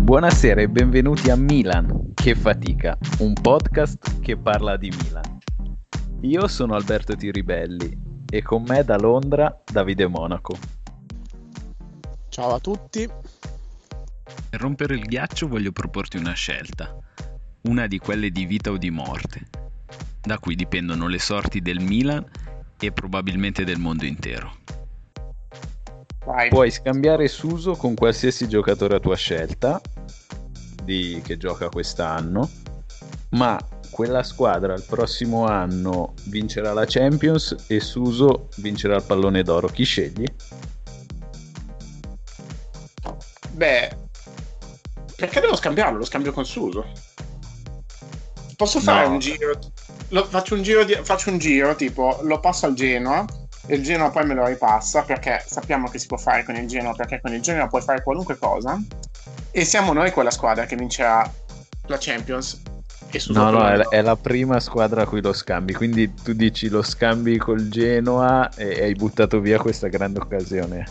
Buonasera e benvenuti a Milan, che fatica, un podcast che parla di Milan. Io sono Alberto Tiribelli e con me da Londra Davide Monaco. Ciao a tutti. Per rompere il ghiaccio voglio proporti una scelta, una di quelle di vita o di morte, da cui dipendono le sorti del Milan e probabilmente del mondo intero. Vai. Puoi scambiare Suso con qualsiasi giocatore a tua scelta che gioca quest'anno, ma quella squadra il prossimo anno vincerà la Champions e Suso vincerà il pallone d'oro. Chi scegli? Beh, perché devo scambiarlo? Lo scambio con Suso. Posso fare un giro? Faccio un giro, tipo lo passo al Genoa e il Genoa poi me lo ripassa, perché sappiamo che si può fare con il Genoa, perché con il Genoa puoi fare qualunque cosa e siamo noi quella squadra che vincerà la Champions. E Suso è la prima squadra a cui lo scambi, quindi tu dici lo scambi col Genoa e hai buttato via questa grande occasione.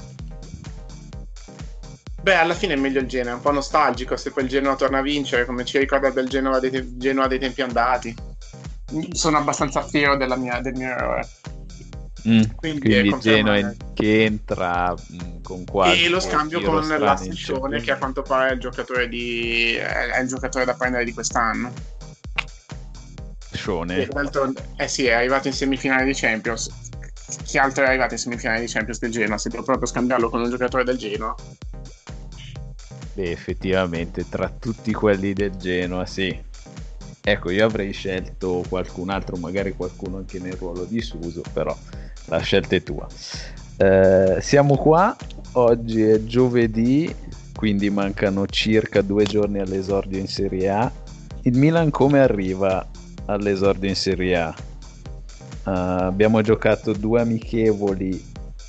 Beh, alla fine è meglio il Genoa, è un po' nostalgico se poi il Genoa torna a vincere, come ci ricorda del Genoa dei tempi andati. Sono abbastanza fiero del mio errore. Quindi Genoa che entra con quasi e lo scambio con l'Assiccione, che a quanto pare è il giocatore da prendere di quest'anno. Sì, è arrivato in semifinale di Champions. Chi altro è arrivato in semifinale di Champions del Genoa? Se devo proprio scambiarlo con un giocatore del Genoa. Beh, effettivamente tra tutti quelli del Genoa, sì. Ecco, io avrei scelto qualcun altro, magari qualcuno anche nel ruolo di Suso, però la scelta è tua. Siamo qua, oggi è giovedì, quindi mancano circa 2 giorni all'esordio in Serie A. Il Milan come arriva all'esordio in Serie A? Abbiamo giocato 2 amichevoli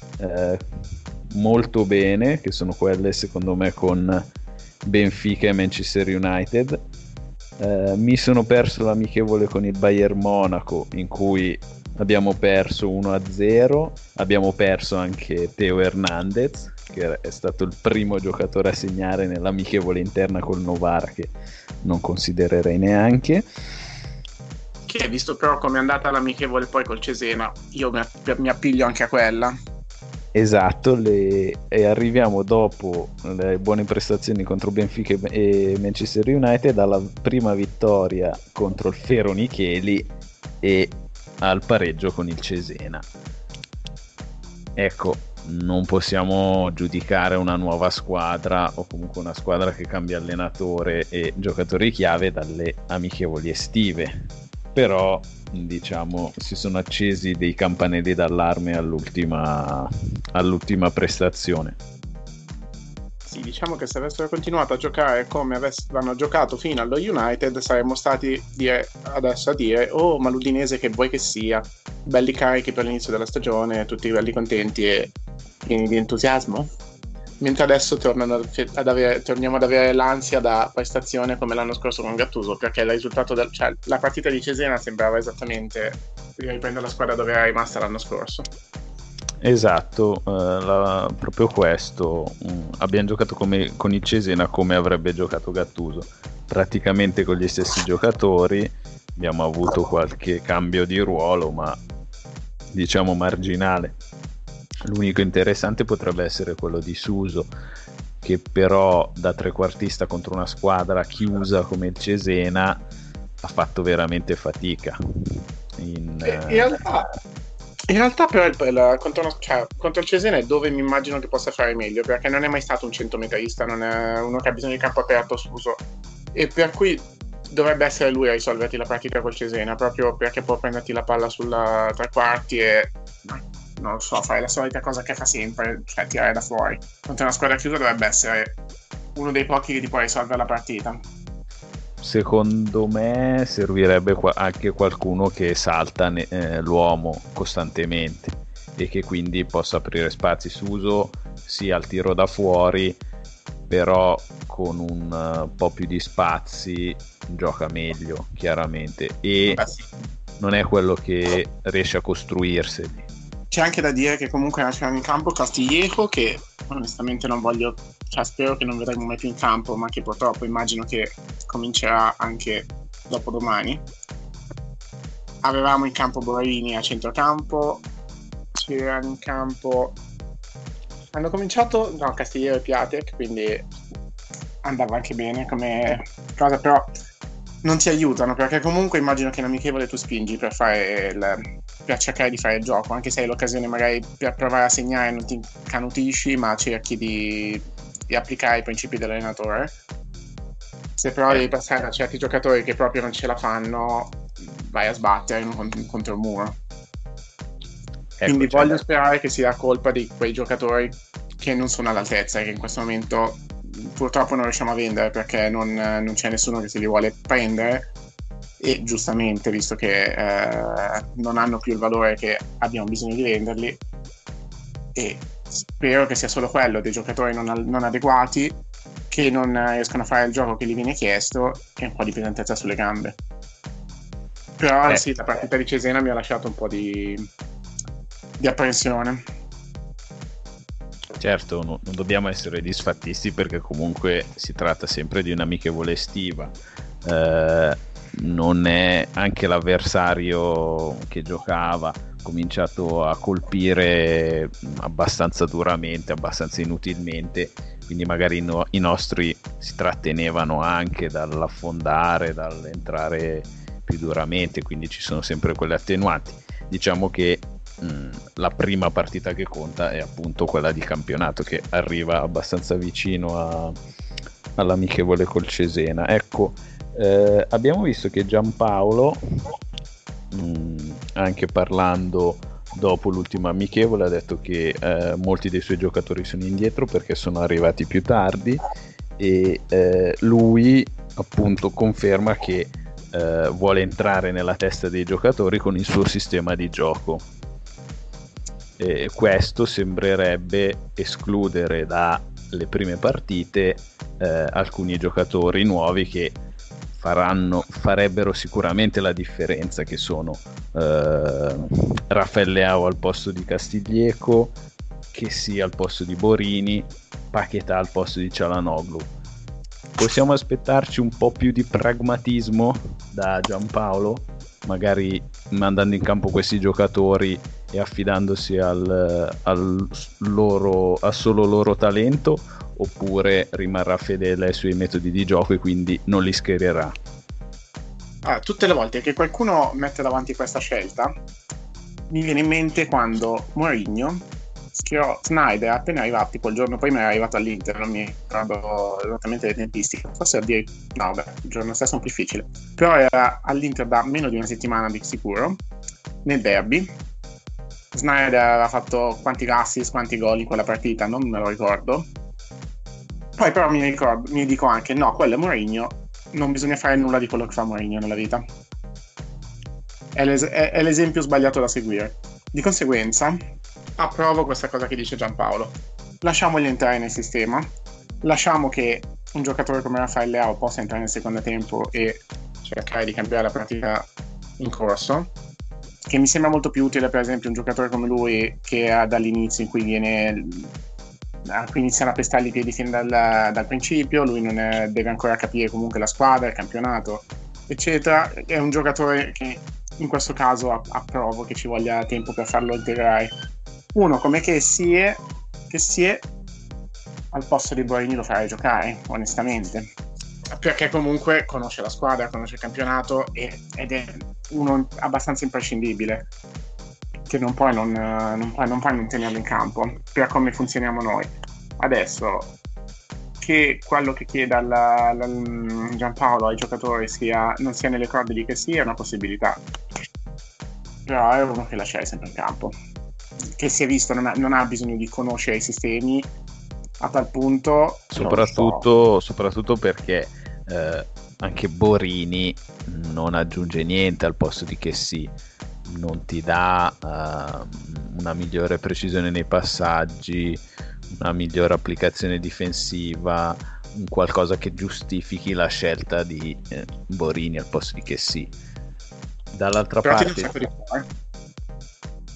molto bene, che sono quelle secondo me con Benfica e Manchester United. Mi sono perso l'amichevole con il Bayern Monaco, in cui abbiamo perso 1-0. Abbiamo perso anche Theo Hernandez, che è stato il primo giocatore a segnare nell'amichevole interna col Novara, che non considererei neanche. Che visto però come è andata l'amichevole poi col Cesena, io mi appiglio anche a quella. Esatto, e arriviamo dopo le buone prestazioni contro Benfica e Manchester United alla prima vittoria contro il Feronicheli e al pareggio con il Cesena. Ecco, non possiamo giudicare una nuova squadra o comunque una squadra che cambia allenatore e giocatori chiave dalle amichevoli estive, però diciamo si sono accesi dei campanelli d'allarme all'ultima prestazione. Sì, diciamo che se avessero continuato a giocare come avevano giocato fino allo United saremmo stati adesso a dire ma l'Udinese che vuoi che sia, belli carichi per l'inizio della stagione, tutti belli contenti e pieni di entusiasmo, mentre adesso torniamo ad avere l'ansia da prestazione come l'anno scorso con Gattuso, perché il risultato la partita di Cesena sembrava esattamente riprendere la squadra dove era rimasta l'anno scorso. Esatto, proprio questo. Abbiamo giocato con il Cesena come avrebbe giocato Gattuso, praticamente con gli stessi giocatori. Abbiamo avuto qualche cambio di ruolo, ma diciamo marginale. L'unico interessante potrebbe essere quello di Suso, che però da trequartista contro una squadra chiusa come il Cesena ha fatto veramente fatica. In realtà però contro il Cesena è dove mi immagino che possa fare meglio, perché non è mai stato un centrometrista, non è uno che ha bisogno di campo aperto Suso, e per cui dovrebbe essere lui a risolverti la partita col Cesena, proprio perché può prenderti la palla sulla tre quarti e non lo so, fare la solita cosa che fa sempre, cioè tirare da fuori. Contro una squadra chiusa dovrebbe essere uno dei pochi che ti può risolvere la partita. Secondo me servirebbe anche qualcuno che salta l'uomo costantemente e che quindi possa aprire spazi. Suso sia al tiro da fuori, però con un po' più di spazi gioca meglio chiaramente, e non è quello che riesce a costruirseli. c'è anche da dire che comunque c'era in campo Castillejo, che onestamente non voglio, cioè spero che non vedremo mai più in campo, ma che purtroppo immagino che comincerà anche dopodomani. Avevamo in campo Borini a centrocampo, c'erano in campo, hanno cominciato Castillejo e Piatek, quindi andava anche bene come cosa, però non ti aiutano, perché comunque immagino che in amichevole tu spingi per cercare di fare il gioco, anche se hai l'occasione magari per provare a segnare non ti canutisci, ma cerchi di applicare i principi dell'allenatore. Se però devi passare da certi giocatori che proprio non ce la fanno, vai a sbattere contro il muro. Quindi voglio sperare che sia colpa di quei giocatori che non sono all'altezza e che in questo momento purtroppo non riusciamo a vendere, perché non c'è nessuno che se li vuole prendere, e giustamente, visto che non hanno più il valore che abbiamo bisogno di venderli, e spero che sia solo quello, dei giocatori non adeguati che non riescono a fare il gioco che gli viene chiesto, e un po' di pesantezza sulle gambe. Però sì, la partita di Cesena mi ha lasciato un po' di apprensione. Certo, non dobbiamo essere disfattisti, perché comunque si tratta sempre di un'amichevole estiva. Non è anche l'avversario che giocava cominciato a colpire abbastanza duramente, abbastanza inutilmente, quindi magari i nostri si trattenevano anche dall'affondare, dall'entrare più duramente, quindi ci sono sempre quelle attenuanti. Diciamo che la prima partita che conta è appunto quella di campionato, che arriva abbastanza vicino all'amichevole col Cesena. Ecco, abbiamo visto che Giampaolo, anche parlando dopo l'ultima amichevole, ha detto che molti dei suoi giocatori sono indietro perché sono arrivati più tardi, e lui appunto conferma che vuole entrare nella testa dei giocatori con il suo sistema di gioco. Questo sembrerebbe escludere dalle prime partite alcuni giocatori nuovi che farebbero sicuramente la differenza, che sono Rafael Leao al posto di Castillejo, Kessie al posto di Borini, Paquetá al posto di Çalhanoğlu. Possiamo aspettarci un po' più di pragmatismo da Giampaolo, magari mandando in campo questi giocatori e affidandosi al solo loro talento, oppure rimarrà fedele ai suoi metodi di gioco e quindi non li schiererà? Tutte le volte che qualcuno mette davanti questa scelta mi viene in mente quando Mourinho schierò Sneijder appena arrivato, tipo il giorno prima era arrivato all'Inter, non mi ricordo esattamente le tempistiche, forse il giorno stesso è un po' difficile, però era all'Inter da meno di una settimana di sicuro, nel derby. Sneijder aveva fatto quanti assist, quanti gol in quella partita, non me lo ricordo. Poi però mi dico anche, no, quello è Mourinho, non bisogna fare nulla di quello che fa Mourinho nella vita. È l'esempio sbagliato da seguire. Di conseguenza approvo questa cosa che dice Giampaolo. Lasciamogli entrare nel sistema, lasciamo che un giocatore come Rafael Leao possa entrare nel secondo tempo e cercare di cambiare la partita in corso, che mi sembra molto più utile per esempio un giocatore come lui, che dall'inizio in cui iniziano a pestargli i piedi fin dal principio, lui non deve ancora capire comunque la squadra, il campionato, eccetera. È un giocatore che in questo caso approvo che ci voglia tempo per farlo integrare. Uno come Kessie al posto di Borini lo farei giocare, onestamente, perché comunque conosce la squadra, conosce il campionato ed è uno abbastanza imprescindibile, che non puoi non tenerlo in campo per come funzioniamo noi. Adesso, che quello che chieda Giampaolo ai giocatori non sia nelle corde di Kessie è una possibilità, però è uno che lasciare sempre in campo, che si è visto non ha bisogno di conoscere i sistemi a tal punto, soprattutto perché anche Borini non aggiunge niente al posto di Kessie, non ti dà una migliore precisione nei passaggi, una migliore applicazione difensiva, un qualcosa che giustifichi la scelta di Borini al posto di Kessie. Dall'altra però parte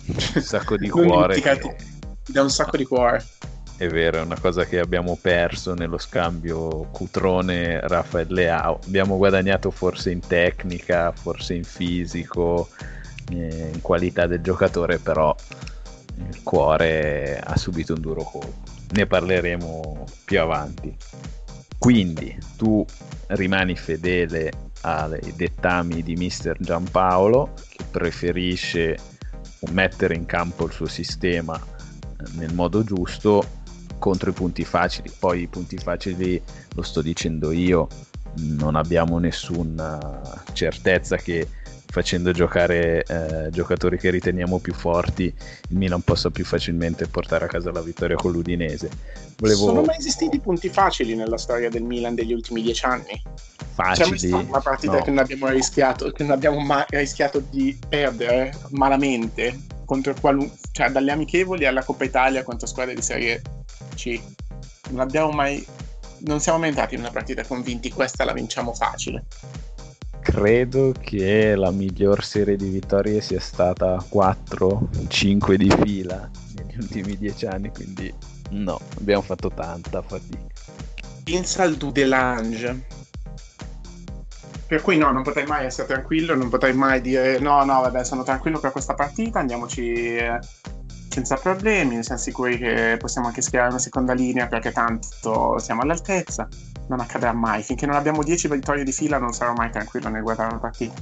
un sacco di Non cuore. dimenticati, ti dà un sacco di cuore. È vero, è una cosa che abbiamo perso nello scambio Cutrone-Rafael Leao. Abbiamo guadagnato forse in tecnica, forse in fisico, in qualità del giocatore, però il cuore ha subito un duro colpo. Ne parleremo più avanti. Quindi tu rimani fedele ai dettami di mister Giampaolo, che preferisce mettere in campo il suo sistema nel modo giusto contro i punti facili. Poi i punti facili, lo sto dicendo io, non abbiamo nessuna certezza che facendo giocare giocatori che riteniamo più forti il Milan possa più facilmente portare a casa la vittoria con l'Udinese. Sono mai esistiti punti facili nella storia del Milan degli ultimi 10 anni? Facili? C'è mai stata una partita che non abbiamo rischiato, che non abbiamo mai rischiato di perdere malamente contro cioè dalle amichevoli alla Coppa Italia contro squadre di Serie C? Non siamo mai entrati in una partita convinti questa la vinciamo facile. Credo che la miglior serie di vittorie sia stata 4-5 di fila negli ultimi 10 anni, quindi no, abbiamo fatto tanta fatica. Pensa al Dudelange. Per cui no, non potrei mai essere tranquillo, non potrei mai dire no, vabbè, sono tranquillo per questa partita, andiamoci senza problemi, siamo sicuri che possiamo anche schierare una seconda linea perché tanto siamo all'altezza. Non accadrà mai, finché non abbiamo 10 vittorie di fila non sarò mai tranquillo nel guardare una partita.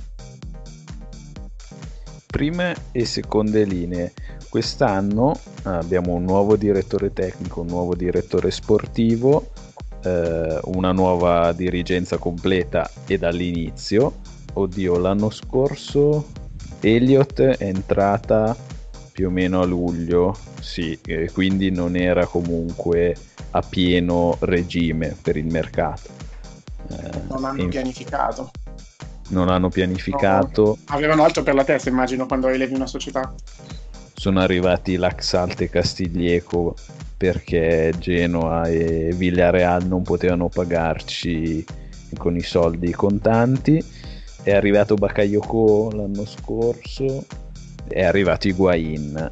Prime e seconde linee. Quest'anno abbiamo un nuovo direttore tecnico, un nuovo direttore sportivo, una nuova dirigenza completa e dall'inizio. Oddio, l'anno scorso Elliott è entrata più o meno a luglio, sì, quindi non era comunque a pieno regime per il mercato. Non hanno pianificato. Non hanno pianificato. No, avevano altro per la testa, immagino, quando rilevi una società. Sono arrivati Laxalt e Castiglieco perché Genoa e Villarreal non potevano pagarci con i soldi contanti. È arrivato Bakayoko l'anno scorso. È arrivato Higuain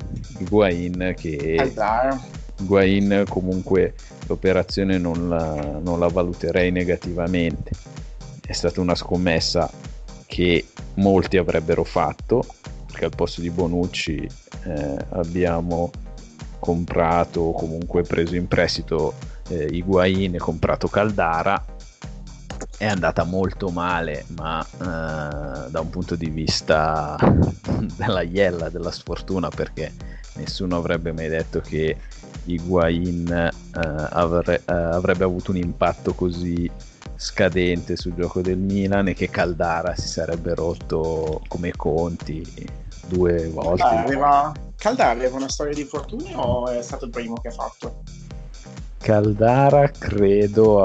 che Higuain comunque l'operazione non la valuterei negativamente. È stata una scommessa che molti avrebbero fatto, perché al posto di Bonucci abbiamo comprato o comunque preso in prestito Higuain e comprato Caldara. È andata molto male, ma da un punto di vista della iella, della sfortuna, perché nessuno avrebbe mai detto che Higuain avrebbe avuto un impatto così scadente sul gioco del Milan e che Caldara si sarebbe rotto come Conti 2 volte. Caldara aveva una storia di infortuni o è stato il primo che ha fatto? Caldara credo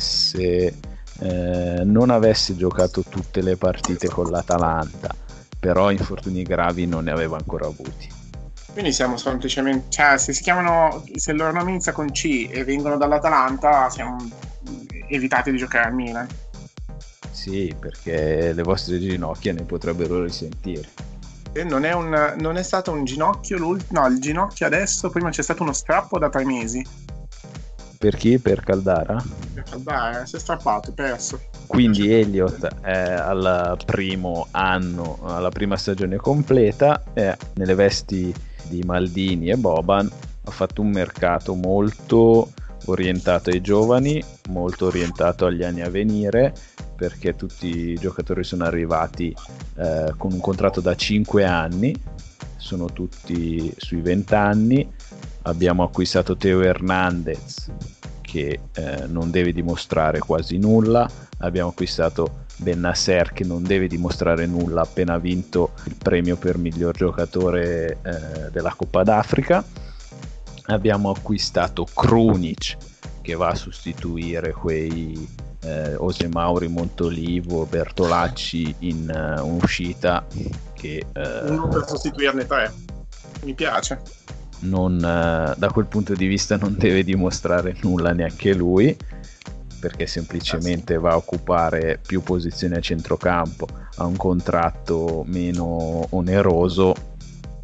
non avesse giocato tutte le partite con l'Atalanta, però infortuni gravi non ne aveva ancora avuti. Quindi siamo semplicemente, cioè se loro nomi inizia con C e vengono dall'Atalanta, siamo evitati di giocare al Milan. Sì, perché le vostre ginocchia ne potrebbero risentire. Non è stato un ginocchio il ginocchio adesso, prima c'è stato uno strappo da 3 mesi. Per chi? Per Caldara? Per Caldara, si è strappato, perso. Quindi Elliott al primo anno, alla prima stagione completa, nelle vesti di Maldini e Boban ha fatto un mercato molto orientato ai giovani, molto orientato agli anni a venire, perché tutti i giocatori sono arrivati con un contratto da 5 anni, sono tutti sui 20 anni. Abbiamo acquistato Teo Hernandez che non deve dimostrare quasi nulla, abbiamo acquistato Bennacer che non deve dimostrare nulla, appena vinto il premio per miglior giocatore della Coppa d'Africa. Abbiamo acquistato Krunic che va a sostituire quei Osemauri, Montolivo, Bertolacci in uscita che uno per sostituirne 3. Mi piace. Da quel punto di vista non deve dimostrare nulla neanche lui, perché semplicemente va a occupare più posizioni a centrocampo, ha un contratto meno oneroso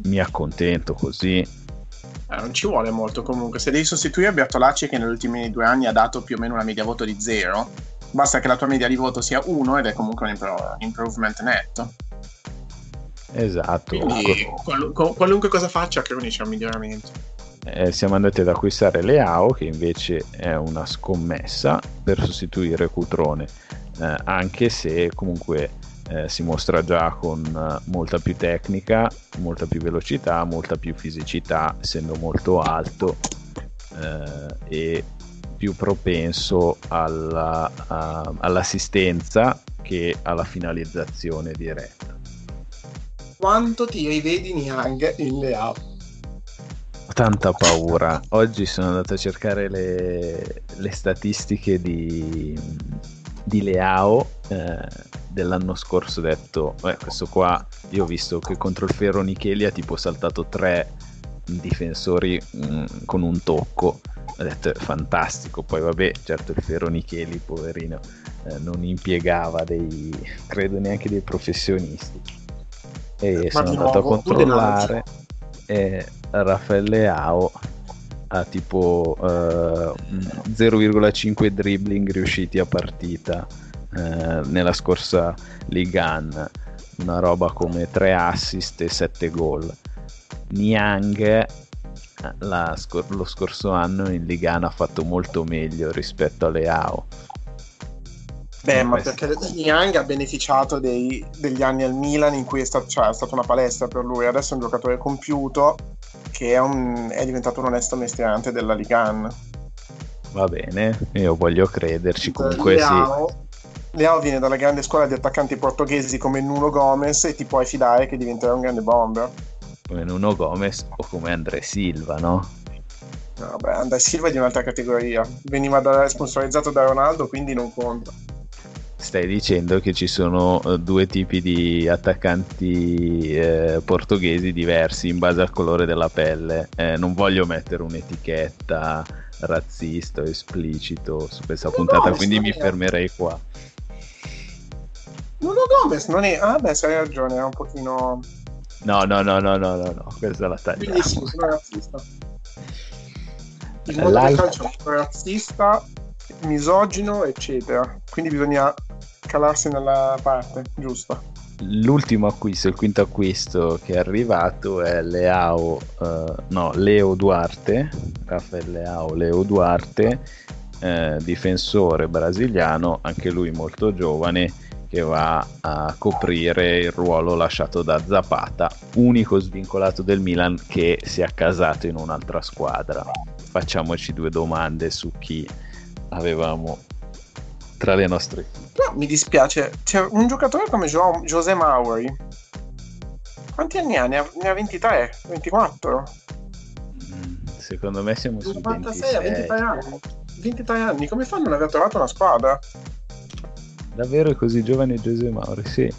mi accontento così. Non ci vuole molto comunque. Se devi sostituire Bertolacci, che negli ultimi 2 anni ha dato più o meno una media voto di 0, basta che la tua media di voto sia 1 ed è comunque un improvement netto. Esatto. Quindi qualunque cosa faccia, Cruni c'è un miglioramento. Siamo andati ad acquistare Leao, che invece è una scommessa per sostituire Cutrone, anche se comunque si mostra già con molta più tecnica, molta più velocità, molta più fisicità, essendo molto alto e più propenso all'assistenza che alla finalizzazione diretta. Quanto ti rivedi Niang in Leao? Ho tanta paura. Oggi sono andato a cercare le statistiche di Leao dell'anno scorso. Ho detto, questo qua, io ho visto che contro il Ferro-Nicheli ha tipo saltato 3 difensori con un tocco. Ho detto, è fantastico. Poi vabbè, certo il Ferro-Nicheli, poverino, non impiegava credo neanche dei professionisti. E sono andato a controllare e Rafael Leao ha tipo 0,5 dribbling riusciti a partita nella scorsa Ligue 1, una roba come 3 assist e 7 gol. Niang lo scorso anno in Ligue 1 ha fatto molto meglio rispetto a Leao. Ma perché Niang ha beneficiato degli anni al Milan in cui è stata una palestra per lui. Adesso è un giocatore compiuto che è diventato un onesto mestierante della Ligue 1. Va bene, io voglio crederci. Comunque Leao viene dalla grande scuola di attaccanti portoghesi come Nuno Gomes e ti puoi fidare che diventerà un grande bomber. Come Nuno Gomes o come André Silva, no? No, André Silva è di un'altra categoria. Veniva sponsorizzato da Ronaldo, quindi non conta. Stai dicendo che ci sono 2 tipi di attaccanti portoghesi diversi in base al colore della pelle. Non voglio mettere un'etichetta razzista o esplicito su questa puntata, quindi mi fermerei qua. Nuno Gomes non è... sai ragione, è un pochino... No, questa la tagliamo. Quindi sì, sono razzista. Il mondo del calcio è razzista, misogino, eccetera. Quindi bisogna calarsi nella parte giusta. L'ultimo acquisto, il quinto acquisto che è arrivato è Leo Duarte, Rafael Leo Duarte, difensore brasiliano, anche lui molto giovane, che va a coprire il ruolo lasciato da Zapata, unico svincolato del Milan che si è accasato in un'altra squadra. Facciamoci 2 domande su chi avevamo tra le nostre file. No, mi dispiace, c'è un giocatore come José Mauri. Quanti anni ha? Ne ha 23, 24? Secondo me siamo sui 96 a 23 anni. 23 anni, come fa a non aver trovato una squadra? Davvero è così giovane José Mauri, sì.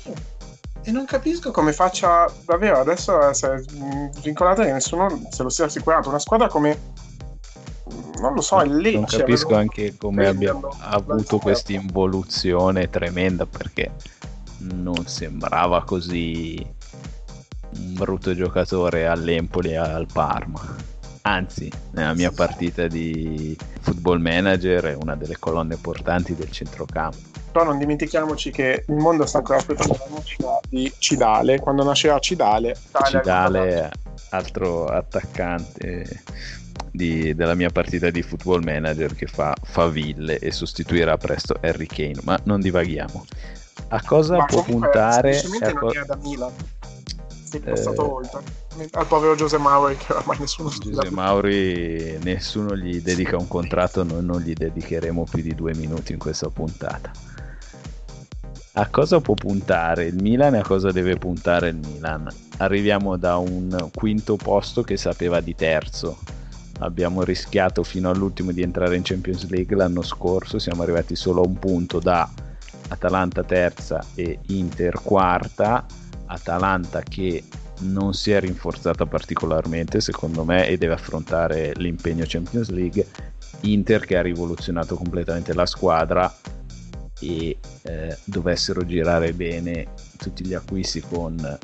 E non capisco come faccia davvero adesso a essere vincolato, che nessuno se lo sia assicurato. Una squadra come, non lo so, il Lecce. Non capisco anche come abbia avuto questa involuzione tremenda, perché non sembrava così un brutto giocatore all'Empoli e al Parma. Anzi, nella mia partita di Football Manager è una delle colonne portanti del centrocampo. Però non dimentichiamoci che il mondo sta ancora aspettando la nascita di Cidale. Quando nascerà Cidale, altro attaccante della mia partita di Football Manager, che fa faville e sostituirà presto Harry Kane. Ma non divaghiamo. A cosa può puntare? Non era da Milan. Si è passato oltre. Al povero José Mauri, che ormai nessuno José Mauri, nessuno gli dedica un contratto, noi non gli dedicheremo più di 2 minuti in questa puntata. A cosa può puntare il Milan e a cosa deve puntare il Milan? Arriviamo da un quinto posto che sapeva di terzo. Abbiamo rischiato fino all'ultimo di entrare in Champions League l'anno scorso, siamo arrivati solo a un punto da Atalanta terza e Inter quarta. Atalanta che non si è rinforzata particolarmente secondo me e deve affrontare l'impegno Champions League. Inter che ha rivoluzionato completamente la squadra e dovessero girare bene tutti gli acquisti con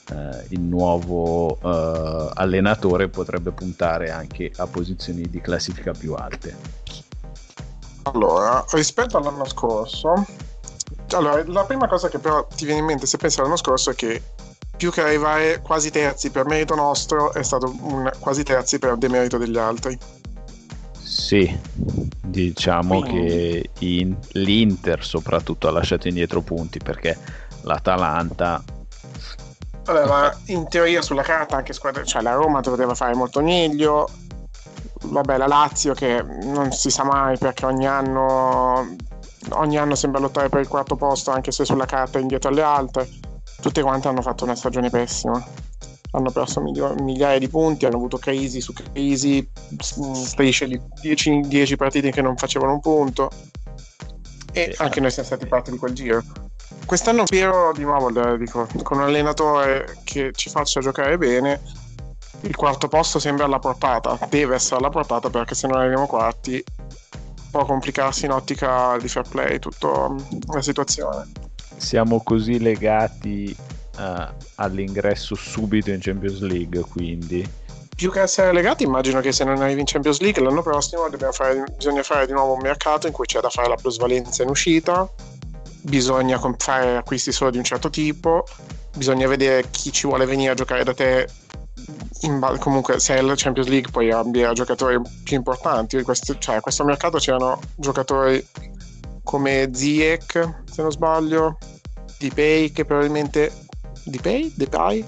il nuovo allenatore potrebbe puntare anche a posizioni di classifica più alte. Allora, rispetto all'anno scorso, allora, la prima cosa che però ti viene in mente se pensi all'anno scorso è che più che arrivare quasi terzi per merito nostro è stato un quasi terzi per demerito degli altri. Sì, diciamo che l'Inter soprattutto ha lasciato indietro punti, perché l'Atalanta... Vabbè, ma in teoria sulla carta anche squadre, cioè la Roma poteva fare molto meglio, vabbè la Lazio che non si sa mai perché ogni anno sembra lottare per il quarto posto anche se sulla carta è indietro alle altre, tutte quante hanno fatto una stagione pessima, hanno perso migliaia di punti, hanno avuto crisi su crisi, strisce di 10 partite che non facevano un punto e anche noi siamo stati parte di quel giro. Quest'anno spero di nuovo, dico, con un allenatore che ci faccia giocare bene, il quarto posto sembra alla portata, deve essere alla portata, perché se non arriviamo quarti può complicarsi in ottica di fair play tutta la situazione. Siamo così legati all'ingresso subito in Champions League, quindi più che essere legati, immagino che se non arrivi in Champions League l'anno prossimo bisogna fare di nuovo un mercato in cui c'è da fare la plusvalenza in uscita, bisogna fare acquisti solo di un certo tipo, bisogna vedere chi ci vuole venire a giocare da te, comunque se è la Champions League poi abbia giocatori più importanti, questo mercato c'erano giocatori come Ziyech se non sbaglio, Depay che probabilmente Depay? Depay,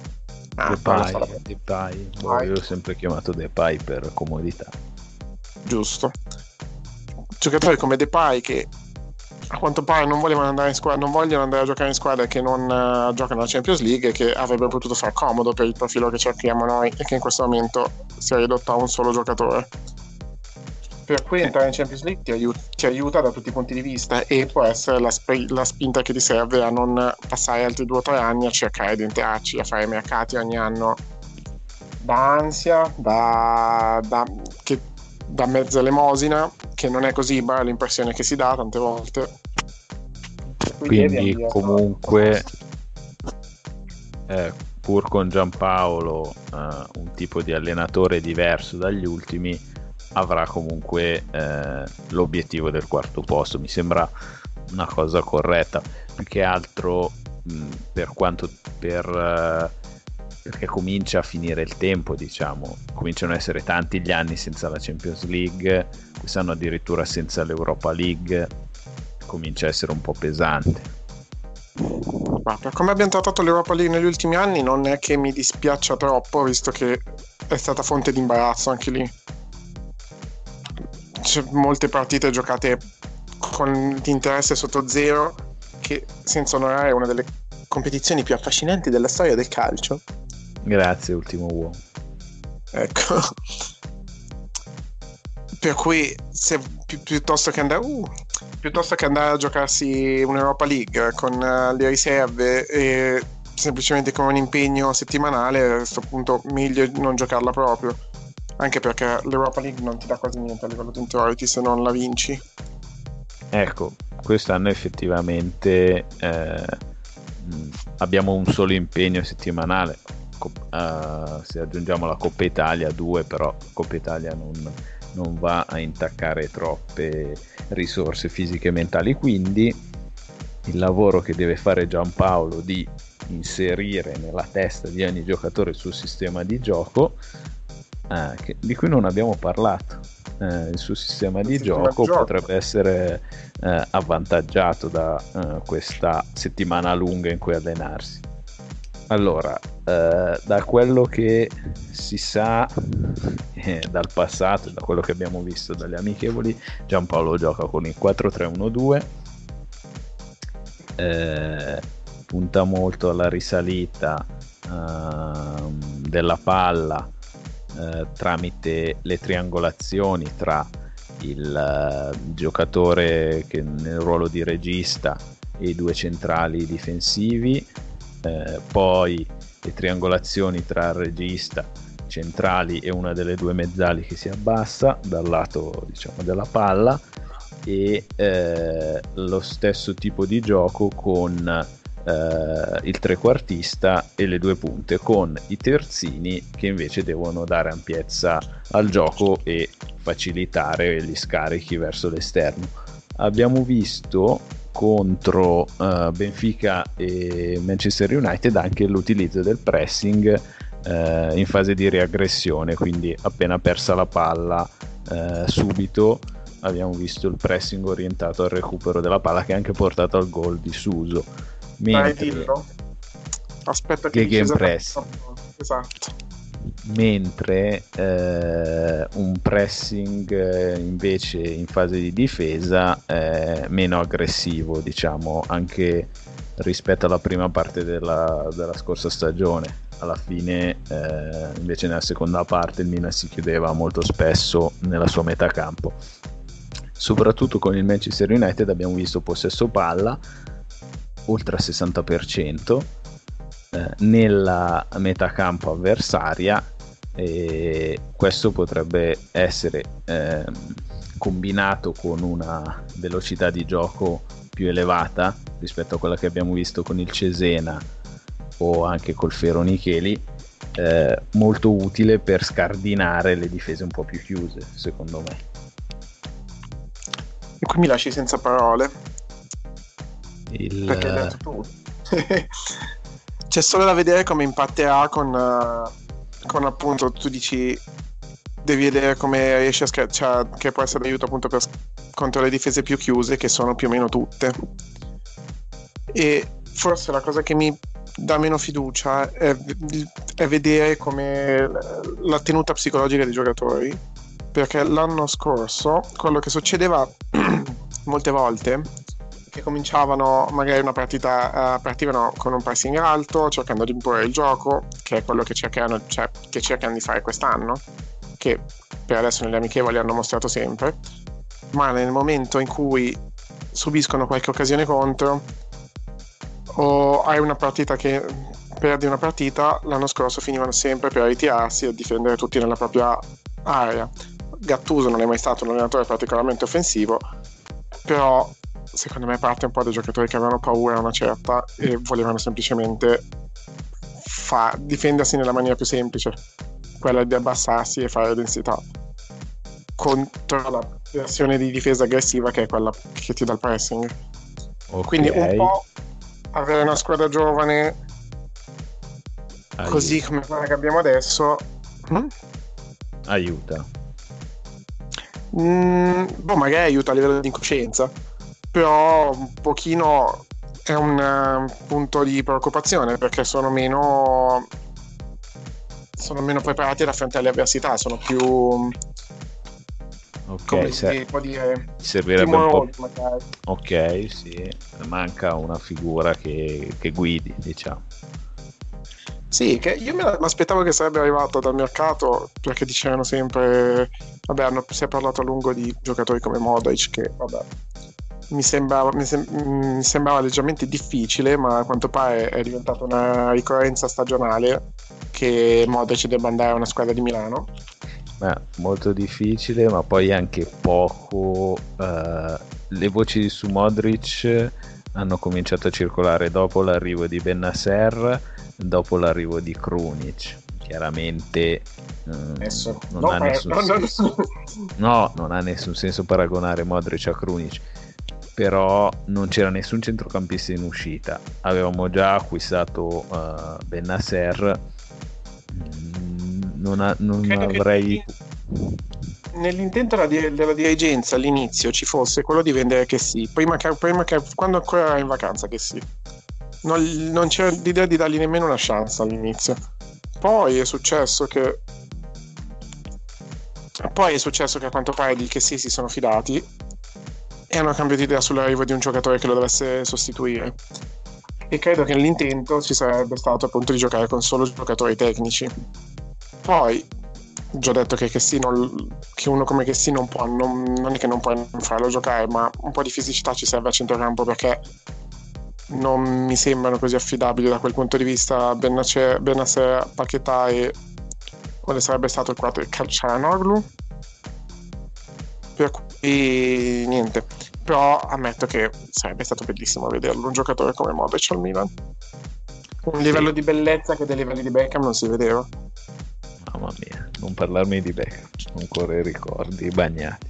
io l'ho sempre chiamato Depay per comodità, giusto, giocatori come Depay che a quanto pare non vogliono andare in squadra, non vogliono andare a giocare in squadre che non giocano alla Champions League e che avrebbero potuto far comodo per il profilo che cerchiamo noi e che in questo momento si è ridotto a un solo giocatore, per cui entrare in Champions League ti aiuta da tutti i punti di vista e può essere la spinta che ti serve a non passare altri 2 o 3 anni a cercare di entrarci, a fare mercati ogni anno da ansia, da mezza elemosina, che non è così, ma è l'impressione che si dà tante volte. Quindi comunque pur con Giampaolo un tipo di allenatore diverso dagli ultimi, avrà comunque l'obiettivo del quarto posto. Mi sembra una cosa corretta, più che altro perché comincia a finire il tempo, diciamo, cominciano a essere tanti gli anni senza la Champions League, quest'anno addirittura senza l'Europa League, comincia a essere un po' pesante. Ma per come abbiamo trattato l'Europa League negli ultimi anni non è che mi dispiaccia troppo, visto che è stata fonte di imbarazzo anche lì. C'è molte partite giocate con l'interesse sotto zero, che senza onorare è una delle competizioni più affascinanti della storia del calcio. Grazie, ultimo uomo. Ecco. Per cui se piuttosto che andare a giocarsi un'Europa League con le riserve e semplicemente con un impegno settimanale, a questo punto meglio non giocarla proprio, anche perché l'Europa League non ti dà quasi niente a livello di introiti se non la vinci. Ecco, quest'anno effettivamente abbiamo un solo impegno settimanale, se aggiungiamo la Coppa Italia 2, però Coppa Italia non va a intaccare troppe risorse fisiche e mentali, quindi il lavoro che deve fare Giampaolo di inserire nella testa di ogni giocatore il suo sistema di gioco, di cui non abbiamo parlato, il suo sistema di gioco potrebbe essere avvantaggiato da questa settimana lunga in cui allenarsi. Allora, da quello che si sa dal passato, da quello che abbiamo visto dalle amichevoli, Giampaolo gioca con il 4-3-1-2, punta molto alla risalita della palla tramite le triangolazioni tra il giocatore che nel ruolo di regista e i 2 centrali difensivi, poi le triangolazioni tra il regista, centrali e una delle 2 mezzali che si abbassa dal lato, diciamo, della palla, e lo stesso tipo di gioco con il trequartista e le due punte, con i terzini che invece devono dare ampiezza al gioco e facilitare gli scarichi verso l'esterno. Abbiamo visto contro Benfica e Manchester United anche l'utilizzo del pressing in fase di riaggressione, quindi appena persa la palla subito abbiamo visto il pressing orientato al recupero della palla, che ha anche portato al gol di Suso. Dillo. Aspetta che game press. Esatto. Mentre un pressing invece in fase di difesa è meno aggressivo, diciamo, anche rispetto alla prima parte della scorsa stagione. Alla fine invece nella seconda parte il Milan si chiudeva molto spesso nella sua metà campo. Soprattutto con il Manchester United abbiamo visto possesso palla oltre al 60% nella metà campo avversaria, e questo potrebbe essere combinato con una velocità di gioco più elevata rispetto a quella che abbiamo visto con il Cesena o anche col Feronicheli, molto utile per scardinare le difese un po' più chiuse, secondo me. E qui mi lasci senza parole perché hai detto tu. C'è solo da vedere come impatterà con appunto, tu dici, devi vedere come riesci cioè, che può essere d'aiuto appunto contro le difese più chiuse, che sono più o meno tutte. E forse la cosa che mi dà meno fiducia è vedere come la tenuta psicologica dei giocatori, perché l'anno scorso quello che succedeva molte volte, che cominciavano magari una partita, partivano con un pressing alto cercando di imporre il gioco, che è quello che cercano di fare quest'anno, che per adesso nelle amichevoli hanno mostrato sempre, ma nel momento in cui subiscono qualche occasione contro o hai una partita che perdi una partita, l'anno scorso finivano sempre per ritirarsi e difendere tutti nella propria area. Gattuso non è mai stato un allenatore particolarmente offensivo, però secondo me parte un po' dai giocatori che avevano paura una certa e volevano semplicemente difendersi nella maniera più semplice, quella di abbassarsi e fare densità contro la versione di difesa aggressiva che è quella che ti dà il pressing. Okay. Quindi un po' avere una squadra giovane così come quella che abbiamo adesso aiuta. Magari aiuta a livello di incoscienza, però un pochino è un punto di preoccupazione, perché sono meno preparati ad affrontare le avversità, sono più come si può dire, servirebbe un po'. Magari. Ok, sì, manca una figura che guidi, diciamo. Sì, che io mi aspettavo che sarebbe arrivato dal mercato, perché dicevano sempre, vabbè, si è parlato a lungo di giocatori come Modric, che vabbè, mi sembrava leggermente difficile, ma a quanto pare è diventata una ricorrenza stagionale che Modric debba andare a una squadra di Milano. Molto difficile, ma poi anche poco. Le voci su Modric hanno cominciato a circolare dopo l'arrivo di Bennacer, dopo l'arrivo di Krunic. Chiaramente non ha nessun senso paragonare Modric a Krunic, però non c'era nessun centrocampista in uscita. Avevamo già acquistato Bennacer. Non avrei. Nell'intento della dirigenza all'inizio ci fosse quello di vendere che sì, prima che quando ancora era in vacanza che sì. Non c'era l'idea di dargli nemmeno una chance all'inizio. Poi è successo che a quanto pare di che sì si sono fidati e hanno cambiato idea sull'arrivo di un giocatore che lo dovesse sostituire. E credo che l'intento ci sarebbe stato appunto di giocare con solo giocatori tecnici. Poi già detto che uno come Kessi non è che non puoi farlo giocare, ma un po' di fisicità ci serve a centrocampo, perché non mi sembrano così affidabili da quel punto di vista Bennacer, Paquetá e quale sarebbe stato il 4 Calcianoglu, per cui niente. però ammetto che sarebbe stato bellissimo vederlo, un giocatore come Modric al Milan. Un livello di bellezza che dei livelli di Beckham non si vedeva. Mamma mia, non parlarmi di Beckham, ancora i ricordi bagnati.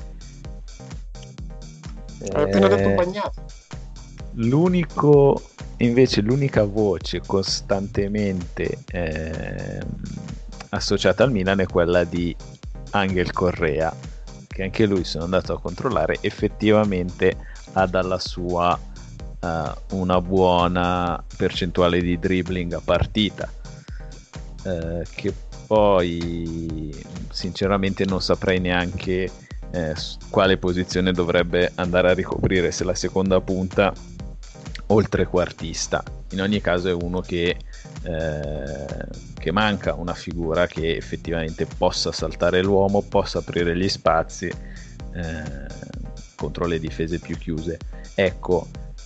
Hai appena detto bagnati. L'unica voce costantemente associata al Milan è quella di Angel Correa, che anche lui, sono andato a controllare, effettivamente ha dalla sua una buona percentuale di dribbling a partita, che poi sinceramente non saprei neanche quale posizione dovrebbe andare a ricoprire, se la seconda punta o il trequartista. In ogni caso è uno che manca una figura che effettivamente possa saltare l'uomo, possa aprire gli spazi contro le difese più chiuse. Ecco,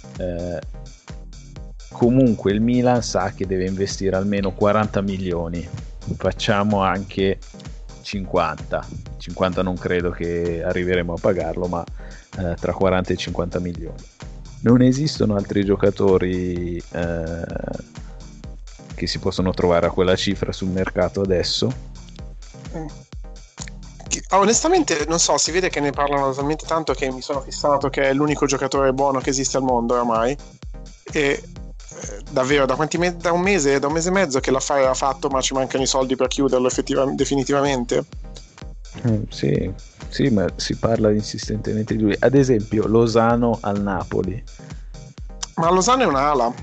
comunque il Milan sa che deve investire almeno 40 milioni, facciamo anche 50 non credo che arriveremo a pagarlo, ma tra 40 e 50 milioni. Non esistono altri giocatori che si possono trovare a quella cifra sul mercato adesso. Onestamente non so, si vede che ne parlano talmente tanto che mi sono fissato che è l'unico giocatore buono che esiste al mondo oramai, e davvero da un mese e mezzo che l'affare era fatto, ma ci mancano i soldi per chiuderlo definitivamente. Sì, ma si parla insistentemente di lui. Ad esempio Lozano al Napoli. Ma Lozano è un'ala.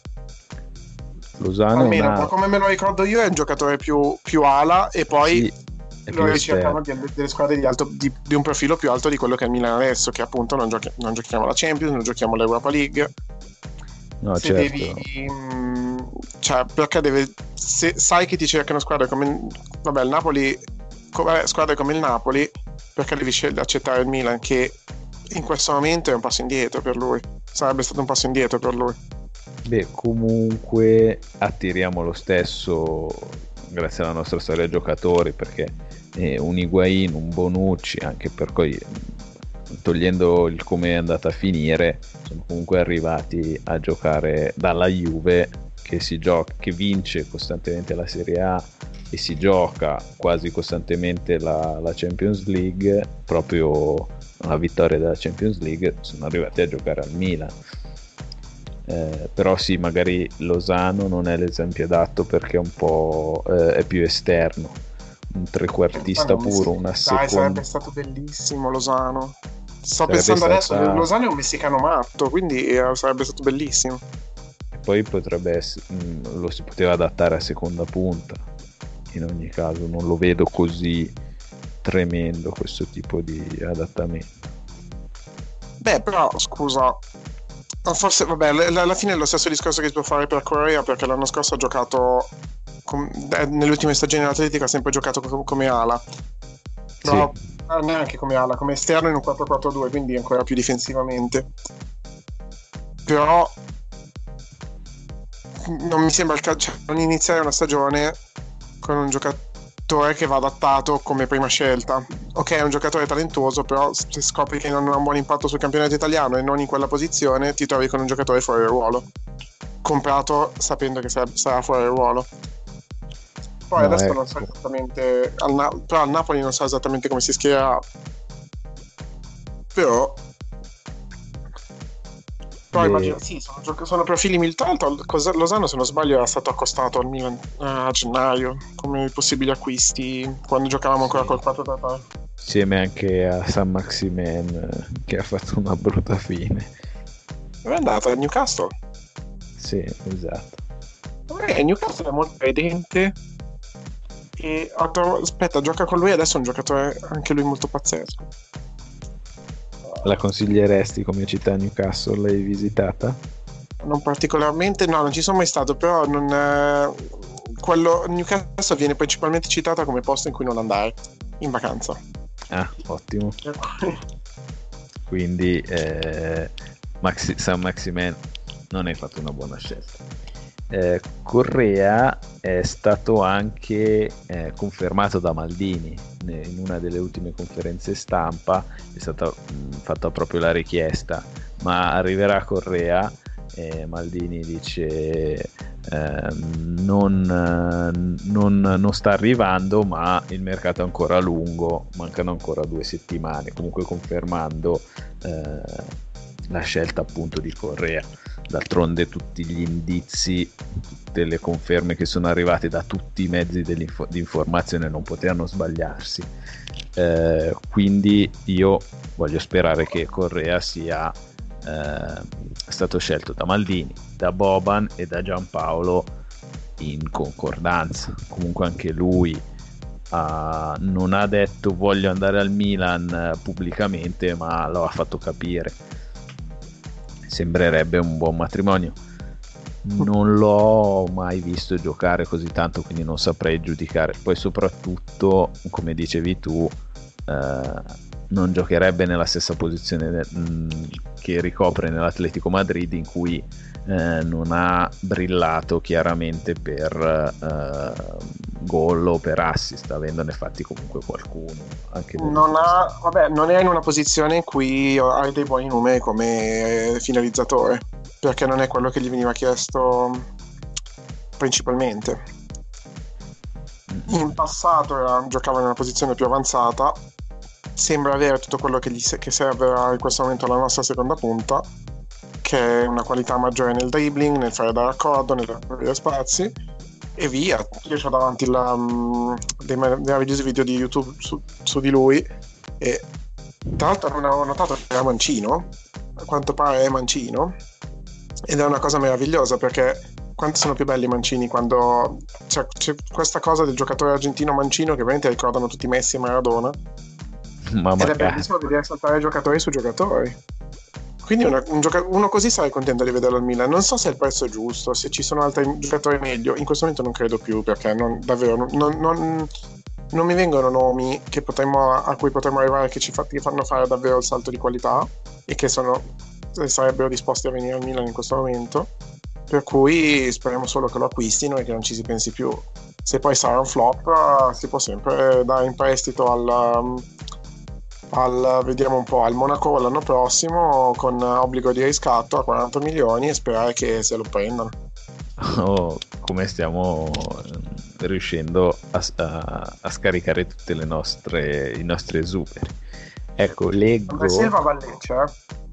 Almeno, come me lo ricordo io, è un giocatore più ala, e poi sì, lo ricercano delle squadre di un profilo più alto di quello che è il Milan adesso, che appunto non giochiamo la Champions, non giochiamo l'Europa League. No, se certo. Cioè, perché se sai che ti cercano squadre come il Napoli, squadre come il Napoli, perché devi accettare il Milan, che in questo momento è un passo indietro per lui, sarebbe stato un passo indietro per lui. Beh, comunque attiriamo lo stesso grazie alla nostra storia giocatori, perché un Higuain, un Bonucci, anche per poi togliendo il come è andata a finire, sono comunque arrivati a giocare dalla Juve, che vince costantemente la Serie A e si gioca quasi costantemente la Champions League. Proprio la vittoria della Champions League sono arrivati a giocare al Milan. Però sì, magari Lozano non è l'esempio adatto, perché è un po' è più esterno, un trequartista puro, una seconda. Sarebbe stato bellissimo Lozano. Sto pensando adesso, Lozano è un messicano matto, quindi sarebbe stato bellissimo. E poi potrebbe essere, lo si poteva adattare a seconda punta. In ogni caso non lo vedo così tremendo questo tipo di adattamento. Beh, però scusa, forse vabbè, alla fine è lo stesso discorso che si può fare per Correa, perché l'anno scorso ha giocato nelle ultime stagioni dell'Atletica, ha sempre giocato come ala, però sì, neanche come ala, come esterno in un 4-4-2, quindi ancora più difensivamente. Però non mi sembra non iniziare una stagione con un giocatore che va adattato come prima scelta. Ok, è un giocatore talentuoso, però se scopri che non ha un buon impatto sul campionato italiano e non in quella posizione, ti trovi con un giocatore fuori ruolo, comprato sapendo che sarà fuori ruolo. Poi adesso ecco, non so esattamente però al Napoli non so esattamente come si schierà, però immagino, sì, sono profili militari. Lozano, se non sbaglio, era stato accostato al Milan a gennaio come possibili acquisti quando giocavamo ancora col 4-3. Insieme anche a Saint-Maximin, che ha fatto una brutta fine. È andato a Newcastle? Sì, esatto. Newcastle è molto credente e aspetta, gioca con lui adesso, è un giocatore anche lui molto pazzesco. La consiglieresti come città Newcastle? L'hai visitata? Non particolarmente, no, non ci sono mai stato, però Newcastle viene principalmente citata come posto in cui non andare in vacanza. Ah, ottimo. Quindi Saint-Maximin non hai fatto una buona scelta. Correa è stato anche confermato da Maldini in una delle ultime conferenze stampa. È stata fatta proprio la richiesta: ma arriverà Correa? Maldini dice non sta arrivando, ma il mercato è ancora lungo, mancano ancora 2 settimane, comunque confermando la scelta appunto di Correa. D'altronde tutti gli indizi, tutte le conferme che sono arrivate da tutti i mezzi di informazione non potevano sbagliarsi, quindi io voglio sperare che Correa sia stato scelto da Maldini, da Boban e da Giampaolo in concordanza. Comunque anche lui non ha detto voglio andare al Milan pubblicamente, ma lo ha fatto capire. Sembrerebbe un buon matrimonio. Non l'ho mai visto giocare così tanto, quindi non saprei giudicare. Poi soprattutto, come dicevi tu, non giocherebbe nella stessa posizione che ricopre nell'Atletico Madrid, in cui non ha brillato chiaramente per gol o per assist, avendone fatti comunque qualcuno. Anche non è in una posizione in cui hai dei buoni numeri come finalizzatore, perché non è quello che gli veniva chiesto principalmente. In passato giocava in una posizione più avanzata, sembra avere tutto quello che serve in questo momento alla nostra seconda punta, che è una qualità maggiore nel dribbling, nel fare da raccordo, nel aprire spazi e via. Io ho davanti dei meravigliosi video di YouTube su di lui, e tra l'altro non avevo notato che era mancino, a quanto pare è mancino, ed è una cosa meravigliosa, perché quanto sono più belli i mancini quando c'è questa cosa del giocatore argentino mancino che veramente ricordano tutti Messi e Maradona. Ed è bellissimo vedere saltare giocatori su giocatori. Quindi uno così sarei contento di vederlo al Milan. Non so se il prezzo è giusto, se ci sono altri giocatori meglio. In questo momento non credo più, perché davvero non mi vengono nomi a cui potremmo arrivare, che fanno fare davvero il salto di qualità e che sarebbero disposti a venire al Milan in questo momento. Per cui speriamo solo che lo acquistino e che non ci si pensi più. Se poi sarà un flop, si può sempre dare in prestito vediamo un po', al Monaco l'anno prossimo, con obbligo di riscatto a 40 milioni, e sperare che se lo prendano. Come stiamo riuscendo a scaricare tutte i nostri esuberi. Ecco, leggo Andrea Silva va a Lecce,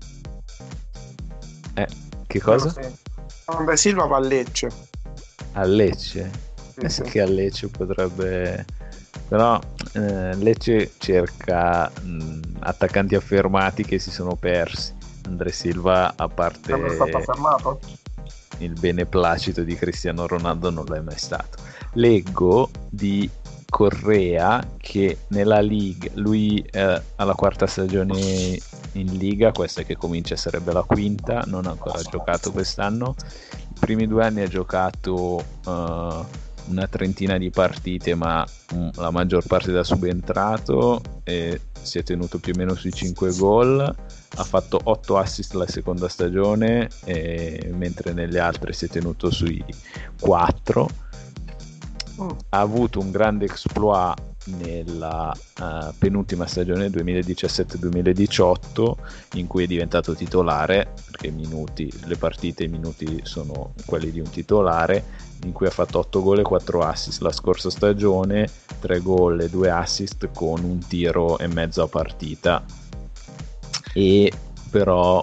che cosa? Andrea Silva va a Lecce. A Lecce? Sì. Che a Lecce potrebbe, però Lecce cerca attaccanti affermati che si sono persi. Andrea Silva, a parte È stato affermato il beneplacito di Cristiano Ronaldo, non lo è mai stato. Leggo di Correa che nella Liga lui ha la 4ª stagione in Liga, questa che comincia sarebbe la 5ª, non ha ancora giocato quest'anno. I primi 2 anni ha giocato una trentina di partite, ma la maggior parte da subentrato, e si è tenuto più o meno sui 5 gol. Ha fatto 8 assist la seconda stagione, mentre nelle altre si è tenuto sui 4. Ha avuto un grande exploit nella penultima stagione 2017-2018, in cui è diventato titolare, perché i minuti sono quelli di un titolare, in cui ha fatto 8 gol e 4 assist. La scorsa stagione 3 gol e 2 assist con un tiro e mezzo a partita, e però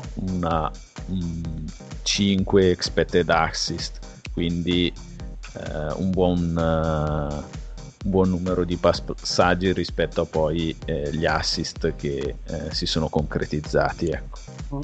5 expected assist, quindi un buon numero di passaggi rispetto a poi gli assist che si sono concretizzati, ecco.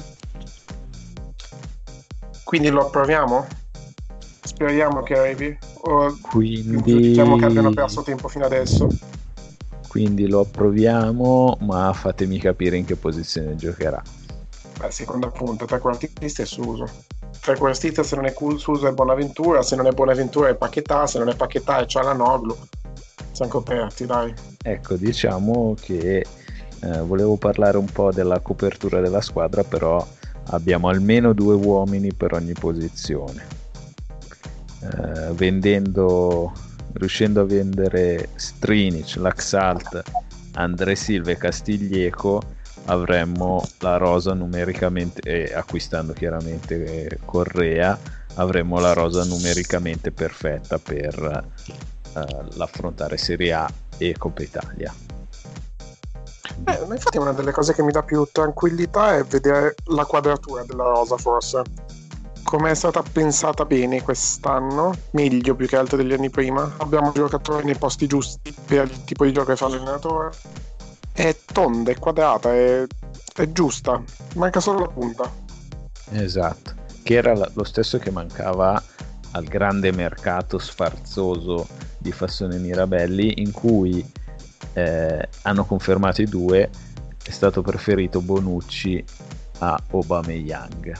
Quindi lo approviamo? Speriamo che arrivi, o quindi diciamo che abbiano perso tempo fino adesso? Quindi lo approviamo, ma fatemi capire in che posizione giocherà. Seconda punta, trequartista e Suso. Trequartista, se non è Suso, è Bonaventura, se non è Bonaventura è Paquetá, se non è Paquetá è Çalhanoğlu. Siamo coperti, dai. Ecco, diciamo che volevo parlare un po' della copertura della squadra, però abbiamo almeno 2 uomini per ogni posizione. riuscendo a vendere Strinic, Laxalt, André Silva e Castiglieco, avremmo la rosa numericamente, e acquistando chiaramente Correa, avremmo la rosa numericamente perfetta per l'affrontare Serie A e Coppa Italia. Ma infatti una delle cose che mi dà più tranquillità è vedere la quadratura della rosa, forse. Come è stata pensata bene quest'anno, meglio più che altro degli anni prima. Abbiamo giocatori nei posti giusti per il tipo di gioco che fa l'allenatore. È tonda, è quadrata, è giusta. Manca solo la punta. Esatto, che era lo stesso che mancava al grande mercato sfarzoso di Fassone Mirabelli, in cui hanno confermato i due. È stato preferito Bonucci a Aubameyang.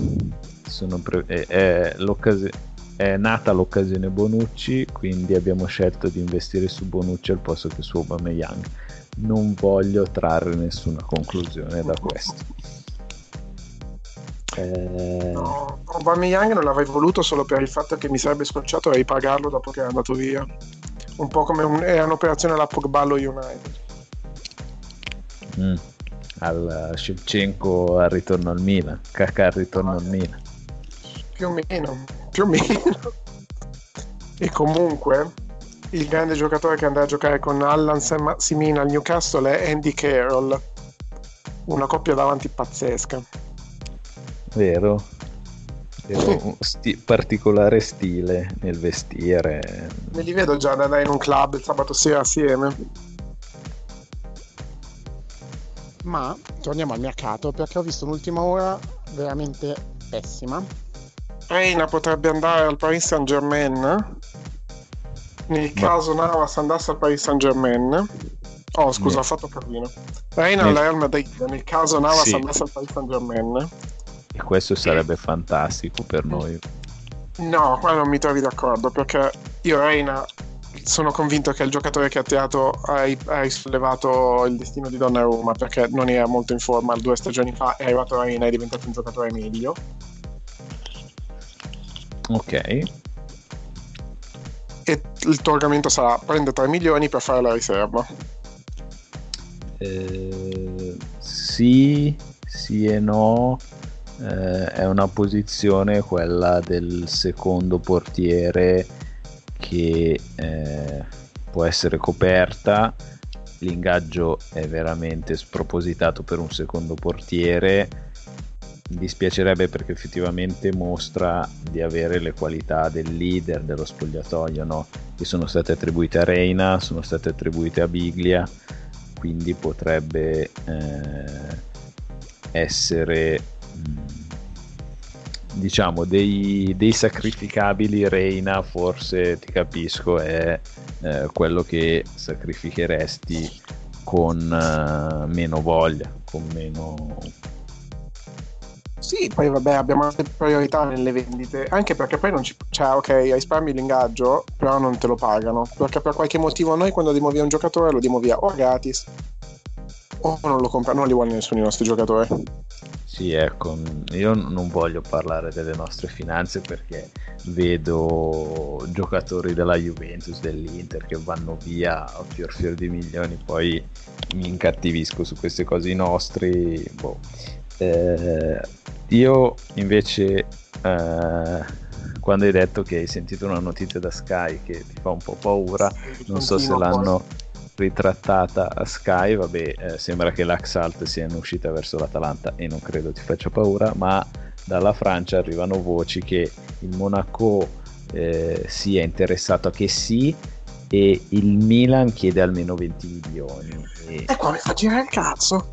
È nata l'occasione Bonucci, quindi abbiamo scelto di investire su Bonucci al posto che su Aubameyang. Non voglio trarre nessuna conclusione da questo. No, Aubameyang non l'avrei voluto solo per il fatto che mi sarebbe scocciato ripagarlo dopo che è andato via. Un po' come è un'operazione alla Pogba allo United. Al Shevchenko al ritorno al Milan, Kaká al ritorno al Milan. Più o meno. E comunque il grande giocatore che andrà a giocare con Allan Simina al Newcastle è Andy Carroll, una coppia davanti pazzesca. Vero? Particolare stile nel vestire. Me li vedo già ad andare in un club il sabato sera assieme. Ma torniamo al mercato, perché ho visto un'ultima ora veramente pessima. Reina potrebbe andare al Paris Saint-Germain nel caso Navas andasse al Paris Saint-Germain. Oh scusa, ho fatto casino. Reina al Real Madrid nel caso Navas andasse al Paris Saint-Germain. E questo sarebbe fantastico per noi. No, qua non mi trovi d'accordo, perché io Reina sono convinto che è il giocatore che ha tirato, ha risollevato il destino di Donnarumma, perché non era molto in forma 2 stagioni fa, è arrivato Reina e è diventato un giocatore meglio. Ok. E il tuo argomento sarà: prende 3 milioni per fare la riserva. Sì e no. È una posizione, quella del secondo portiere, che può essere coperta. L'ingaggio è veramente spropositato per un secondo portiere. Mi dispiacerebbe, perché effettivamente mostra di avere le qualità del leader dello spogliatoio, no? Che sono state attribuite a Reina, sono state attribuite a Biglia, quindi potrebbe essere, diciamo, dei sacrificabili. Reina, forse, ti capisco, è quello che sacrificheresti con meno voglia, con meno. Sì, poi vabbè, abbiamo altre priorità nelle vendite, anche perché poi non ci, cioè, ok, risparmi l'ingaggio, però non te lo pagano, perché per qualche motivo noi quando diamo via un giocatore lo diamo via o gratis o non lo compra, non li vuole nessuno i nostri giocatori. Sì, ecco, io non voglio parlare delle nostre finanze, perché vedo giocatori della Juventus, dell'Inter, che vanno via a fior di milioni, poi mi incattivisco su queste cose nostri. Io invece, quando hai detto che hai sentito una notizia da Sky che ti fa un po' paura, non so se l'hanno ritrattata a Sky, vabbè, sembra che l'Axalt sia in uscita verso l'Atalanta e non credo ti faccia paura, ma dalla Francia arrivano voci che il Monaco sia interessato a che sì, e il Milan chiede almeno 20 milioni. E qua mi fa girare il cazzo.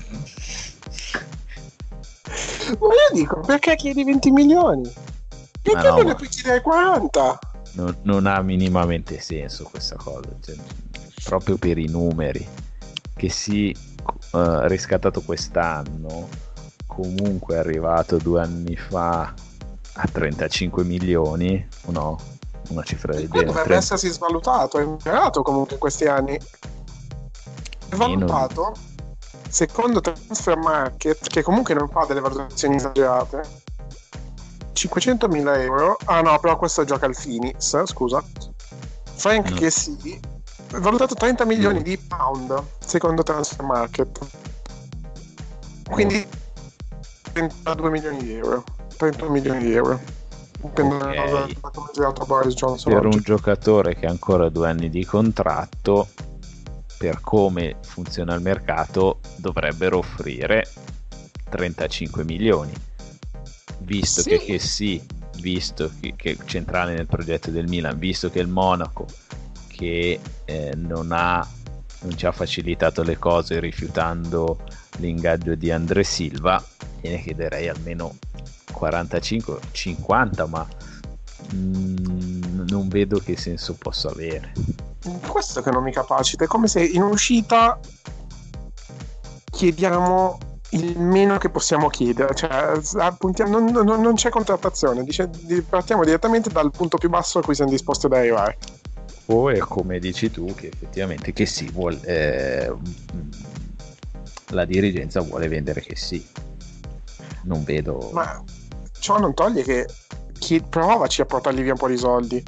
Ma io dico, perché chiedi 20 milioni? Perché non ne puoi chiedere 40? Non ha minimamente senso questa cosa, cioè, proprio per i numeri che si riscattato quest'anno. Comunque è arrivato 2 anni fa a 35 milioni, no? Una cifra del genere. Dovrebbe essersi svalutato, è migliorato comunque in questi anni. È valutato secondo Transfer Market, che comunque non fa delle valutazioni esagerate, 500.000 euro. Ah no, però questo gioca al Phoenix, scusa. Frank No. Kessie è valutato 30 milioni di pound secondo Transfer Market, quindi 32 milioni di euro, 30 milioni di euro, dipende Ok. da come è girato Boris Johnson Per oggi. un giocatore che ha ancora 2 anni di contratto, per come funziona il mercato, dovrebbero offrire 35 milioni. Visto Sì. che sì, visto che è centrale nel progetto del Milan, visto che il Monaco che non ci ha facilitato le cose rifiutando l'ingaggio di André Silva, ne chiederei almeno 45-50, ma non vedo che senso possa avere. Questo che non mi capacita, è come se in uscita chiediamo il meno che possiamo chiedere, cioè non c'è contrattazione, partiamo direttamente dal punto più basso a cui siamo disposti ad arrivare. O è come dici tu, che effettivamente che sì, la dirigenza vuole vendere che sì. Non vedo. Ma ciò non toglie che provaci a portargli via un po' di soldi.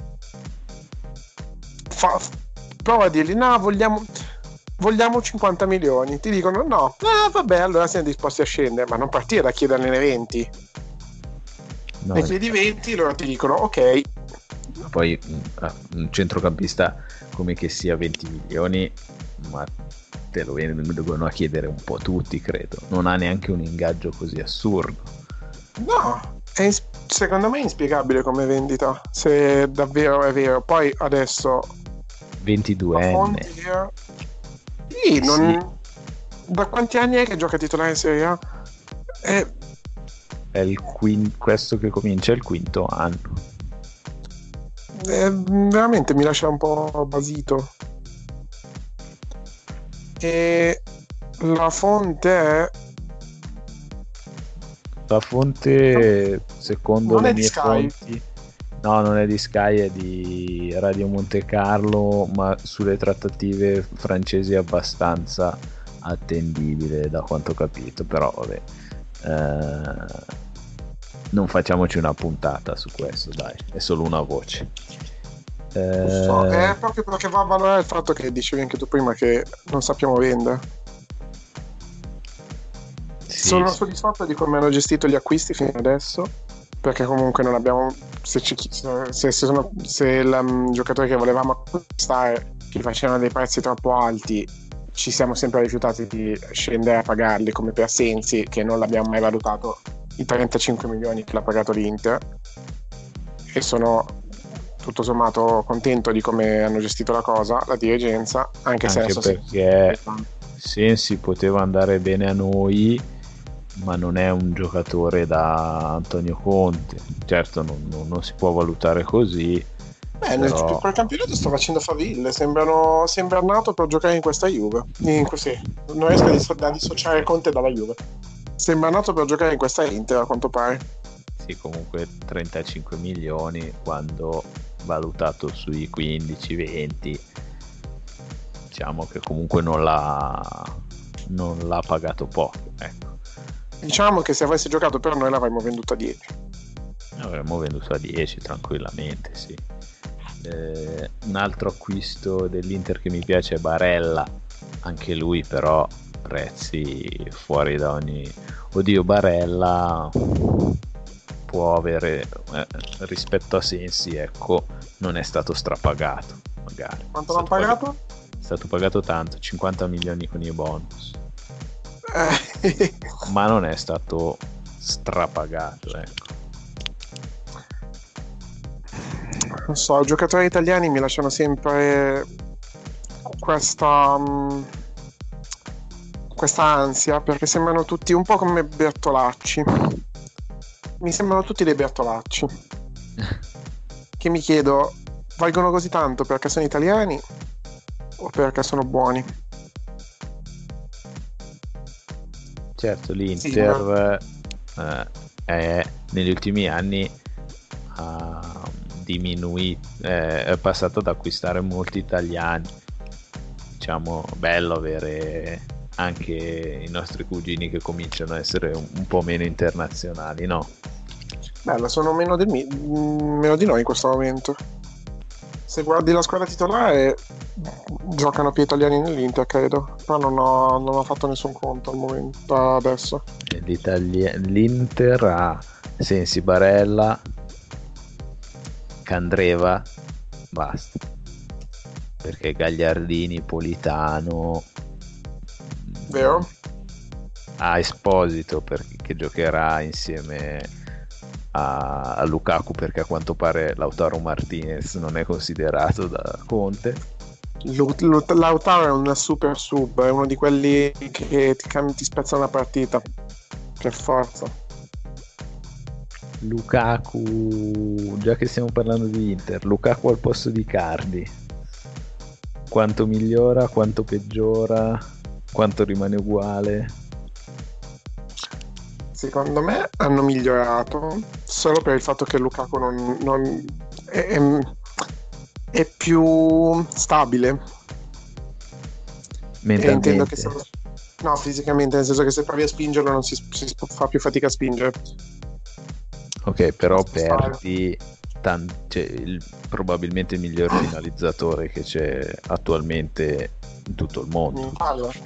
Prova a dirgli no, vogliamo 50 milioni. Ti dicono no, vabbè, allora siamo disposti a scendere, ma non partire da chiederne 20. No, Ne chiedi 20, loro ti dicono ok. poi un centrocampista come che sia 20 milioni, ma te lo vengono a chiedere un po' tutti, credo. Non ha neanche un ingaggio così assurdo. No, secondo me è inspiegabile come vendita, se davvero è vero. Poi adesso 22enne. sì, da quanti anni è che gioca titolare in Serie A? È questo che comincia il quinto anno. Veramente mi lascia un po' basito. E la fonte secondo non le è di mie Sky. fonti, no, non è di Sky, è di Radio Monte Carlo, ma sulle trattative francesi è abbastanza attendibile da quanto ho capito. Però vabbè, non facciamoci una puntata su questo, dai, è solo una voce. È proprio perché va a valorare il fatto che dicevi anche tu prima che non sappiamo vendere. Sì, Sono sì. soddisfatto di come hanno gestito gli acquisti fino adesso, perché comunque non abbiamo, se i giocatori che volevamo acquistare ci facevano dei prezzi troppo alti, ci siamo sempre rifiutati di scendere a pagarli, come per Sensi, che non l'abbiamo mai valutato i 35 milioni che l'ha pagato l'Inter, e sono tutto sommato contento di come hanno gestito la cosa, la dirigenza, anche se adesso perché Sensi poteva andare bene a noi, ma non è un giocatore da Antonio Conte. Certo, non si può valutare così. Però quel campionato sta facendo faville, sembra nato per giocare in questa Juve. Non riesco a dissociare Conte dalla Juve. Sembra nato per giocare in questa Inter, a quanto pare. sì, comunque 35 milioni quando valutato sui 15-20, diciamo che comunque non l'ha pagato poco, ecco. Diciamo che se avesse giocato per noi l'avremmo venduta a 10. Avremmo venduto a 10 tranquillamente, sì. Un altro acquisto dell'Inter che mi piace è Barella, anche lui però prezzi fuori da ogni. Oddio, Barella può avere rispetto a Sensi, ecco, non è stato strapagato, magari. Quanto l'hanno pagato? È stato pagato tanto, 50 milioni con i bonus, ma non è stato strapagato, ecco. Non so, i giocatori italiani mi lasciano sempre questa ansia, perché sembrano tutti un po' come Bertolacci. Mi sembrano tutti dei Bertolacci. Che mi chiedo, valgono così tanto perché sono italiani o perché sono buoni? Certo, l'Inter negli ultimi anni ha diminuito, è passato ad acquistare molti italiani. Diciamo, bello avere anche i nostri cugini che cominciano a essere un po' meno internazionali, no? Bella, sono meno meno di noi in questo momento. Se guardi la squadra titolare, giocano più italiani nell'Inter, credo. Però non ho fatto nessun conto al momento, adesso. L'Inter ha Sensi, Barella, Candreva, basta. Perché Gagliardini, Politano, Vero? Esposito che giocherà insieme a Lukaku, perché a quanto pare Lautaro Martinez non è considerato da Conte. Lautaro è un super sub, è uno di quelli che ti spezza una partita, per forza. Lukaku, già che stiamo parlando di Inter, Lukaku al posto di Icardi, quanto migliora, quanto peggiora, quanto rimane uguale? Secondo me hanno migliorato solo per il fatto che Lukaku è più stabile. Mentalmente? E intendo che no, fisicamente, nel senso che se provi a spingerlo non si fa più fatica a spingere. Ok, però perdi probabilmente il miglior finalizzatore che c'è attualmente in tutto il mondo.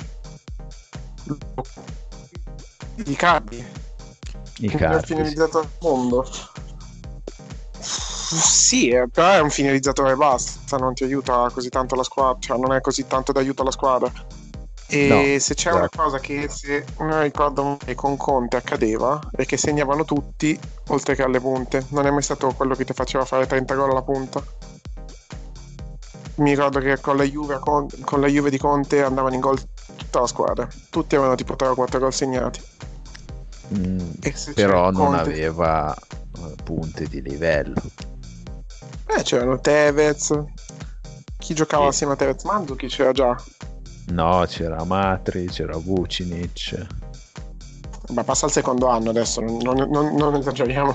Icardi. Il miglior finalizzatore del mondo. Sì, però è un finalizzatore, basta, non ti aiuta così tanto la squadra, cioè non è così tanto d'aiuto alla squadra. E No, se c'è una cosa che, se non ricordo male, con Conte accadeva, è che segnavano tutti oltre che alle punte. Non è mai stato quello che ti faceva fare 30 gol alla punta. Mi ricordo che con la Juve di Conte andavano in gol tutta la squadra, tutti avevano tipo 3 o 4 gol segnati. Però non aveva punte di livello. C'erano Tevez. Chi giocava assieme a Tevez? Mandzukic c'era già. No, c'era Matri, c'era Vucinic. Ma passa al secondo anno adesso, non esageriamo.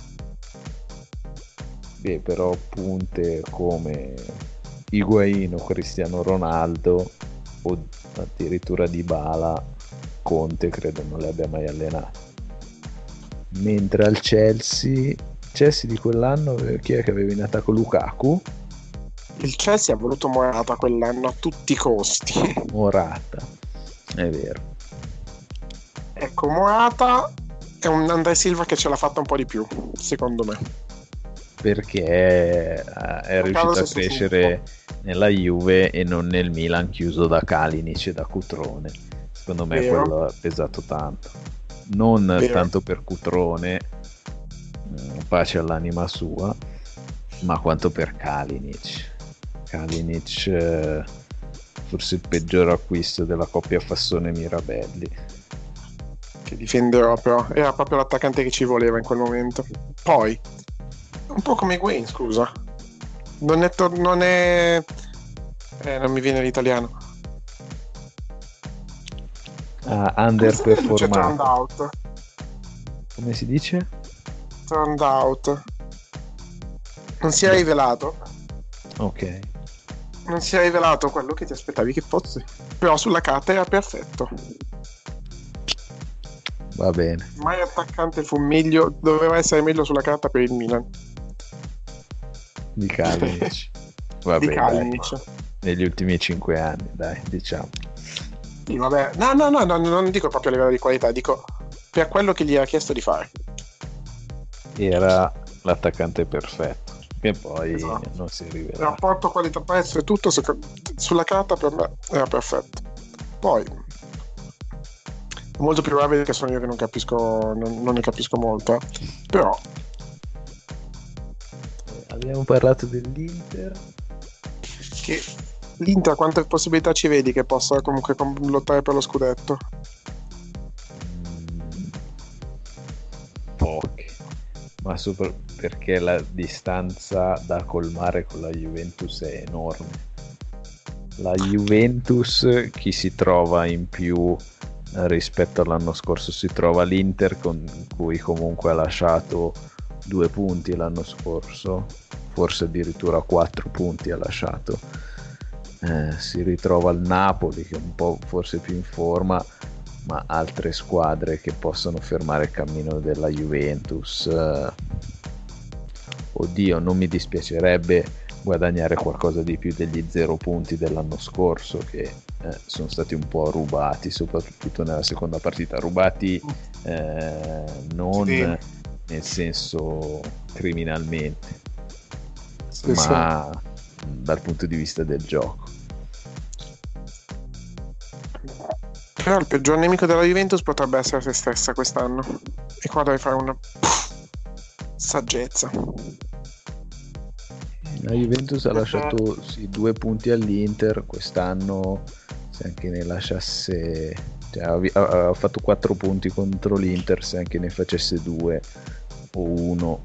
Beh, però punte come Higuaín o Cristiano Ronaldo o addirittura Dybala, Conte credo non le abbia mai allenate. Mentre al Chelsea di quell'anno chi è che aveva in attacco? Lukaku. Il Chelsea ha voluto Morata quell'anno a tutti i costi. Morata, è vero. Ecco, Morata è un André Silva che ce l'ha fatta un po' di più, secondo me. Perché è riuscito a crescere nella Juve e non nel Milan chiuso da Kalinic e da Cutrone. Secondo me quello ha pesato tanto. Non tanto per Cutrone, pace all'anima sua, ma quanto per Kalinic. Kalinic forse il peggior acquisto della coppia Fassone-Mirabelli, che difenderò, però era proprio l'attaccante che ci voleva in quel momento. Poi un po' come Higuaín, scusa, non mi viene l'italiano. Underperformato. Come si dice? Turned out. Non si è rivelato. Ok. Non si è rivelato quello che ti aspettavi che fosse. Però sulla carta era perfetto. Va bene. Mai attaccante fu meglio, doveva essere meglio sulla carta per il Milan. Di Kalinic. Va bene. Kalinic. Negli ultimi 5 anni, dai, diciamo. Sì, vabbè. No, non dico proprio a livello di qualità, dico per quello che gli ha chiesto di fare. Era l'attaccante perfetto, che poi non si rivela. Il rapporto qualità-prezzo e tutto sulla carta per me era perfetto. Poi è molto più probabile che sono io che non ne capisco molto, però abbiamo parlato dell'Inter. Che l'Inter quante possibilità ci vedi che possa comunque lottare per lo scudetto? Poche, ma sopra perché la distanza da colmare con la Juventus è enorme. La Juventus chi si trova in più rispetto all'anno scorso? Si trova l'Inter, con cui comunque ha lasciato 2 punti l'anno scorso, forse addirittura 4 punti ha lasciato. Si ritrova il Napoli che è un po' forse più in forma, ma altre squadre che possono fermare il cammino della Juventus, oddio, non mi dispiacerebbe guadagnare qualcosa di più degli 0 punti dell'anno scorso, che sono stati un po' rubati, soprattutto nella seconda partita. Rubati non Sì. nel senso criminalmente, Sì, ma dal punto di vista del gioco. Però il peggior nemico della Juventus potrebbe essere se stessa quest'anno. E qua devi fare una saggezza. La Juventus ha lasciato 2 punti all'Inter quest'anno, se anche ne lasciasse, cioè, ha fatto 4 punti contro l'Inter, se anche ne facesse 2 o 1.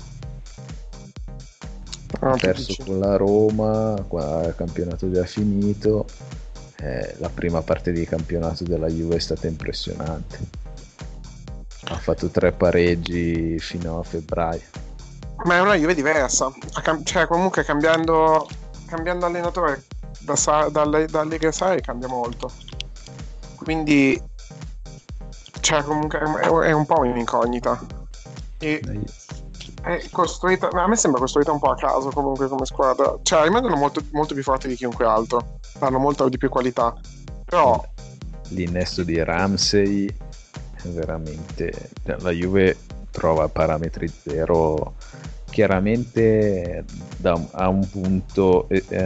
Ha perso con la Roma, qua il campionato già finito. La prima parte di campionato della Juve è stata impressionante, ha fatto 3 pareggi fino a febbraio. Ma è una Juve diversa, cioè comunque cambiando allenatore dall'Allegri a Sarri cambia molto, quindi cioè comunque è un po' un'incognita e è costruita, a me sembra costruita un po' a caso comunque come squadra, cioè rimangono molto, molto più forti di chiunque altro, hanno molta di più qualità, però l'innesto di Ramsey è veramente, la Juve trova parametri zero chiaramente a un punto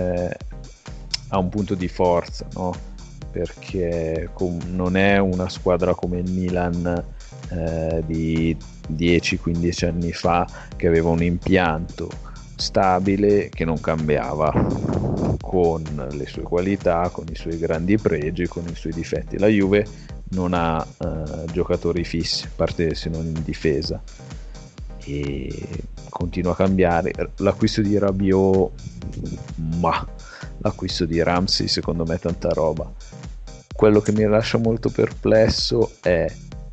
di forza, no? Perché non è una squadra come il Milan di 10-15 anni fa, che aveva un impianto stabile che non cambiava, con le sue qualità, con i suoi grandi pregi, con i suoi difetti. La Juve non ha giocatori fissi, a parte se non in difesa, e continua a cambiare. L'acquisto di Rabiot, ma l'acquisto di Ramsey secondo me è tanta roba. Quello che mi lascia molto perplesso è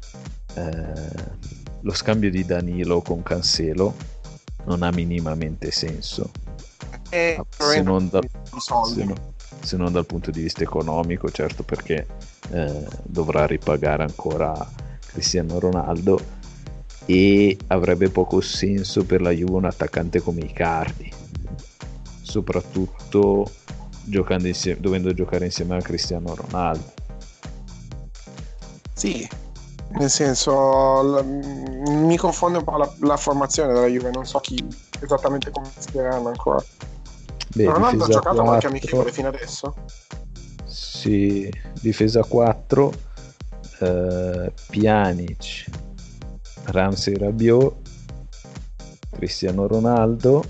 lo scambio di Danilo con Cancelo, non ha minimamente senso, se non dal punto di vista economico, certo, perché dovrà ripagare ancora Cristiano Ronaldo, e avrebbe poco senso per la Juve un attaccante come Icardi, soprattutto dovendo giocare insieme a Cristiano Ronaldo. sì, nel senso mi confonde un po' la formazione della Juve, non so esattamente come schieranno ancora. Ronaldo ha giocato 4. Qualche amichevole fino adesso? Sì, difesa 4, Pjanic, Ramsey, Rabiot, Cristiano Ronaldo,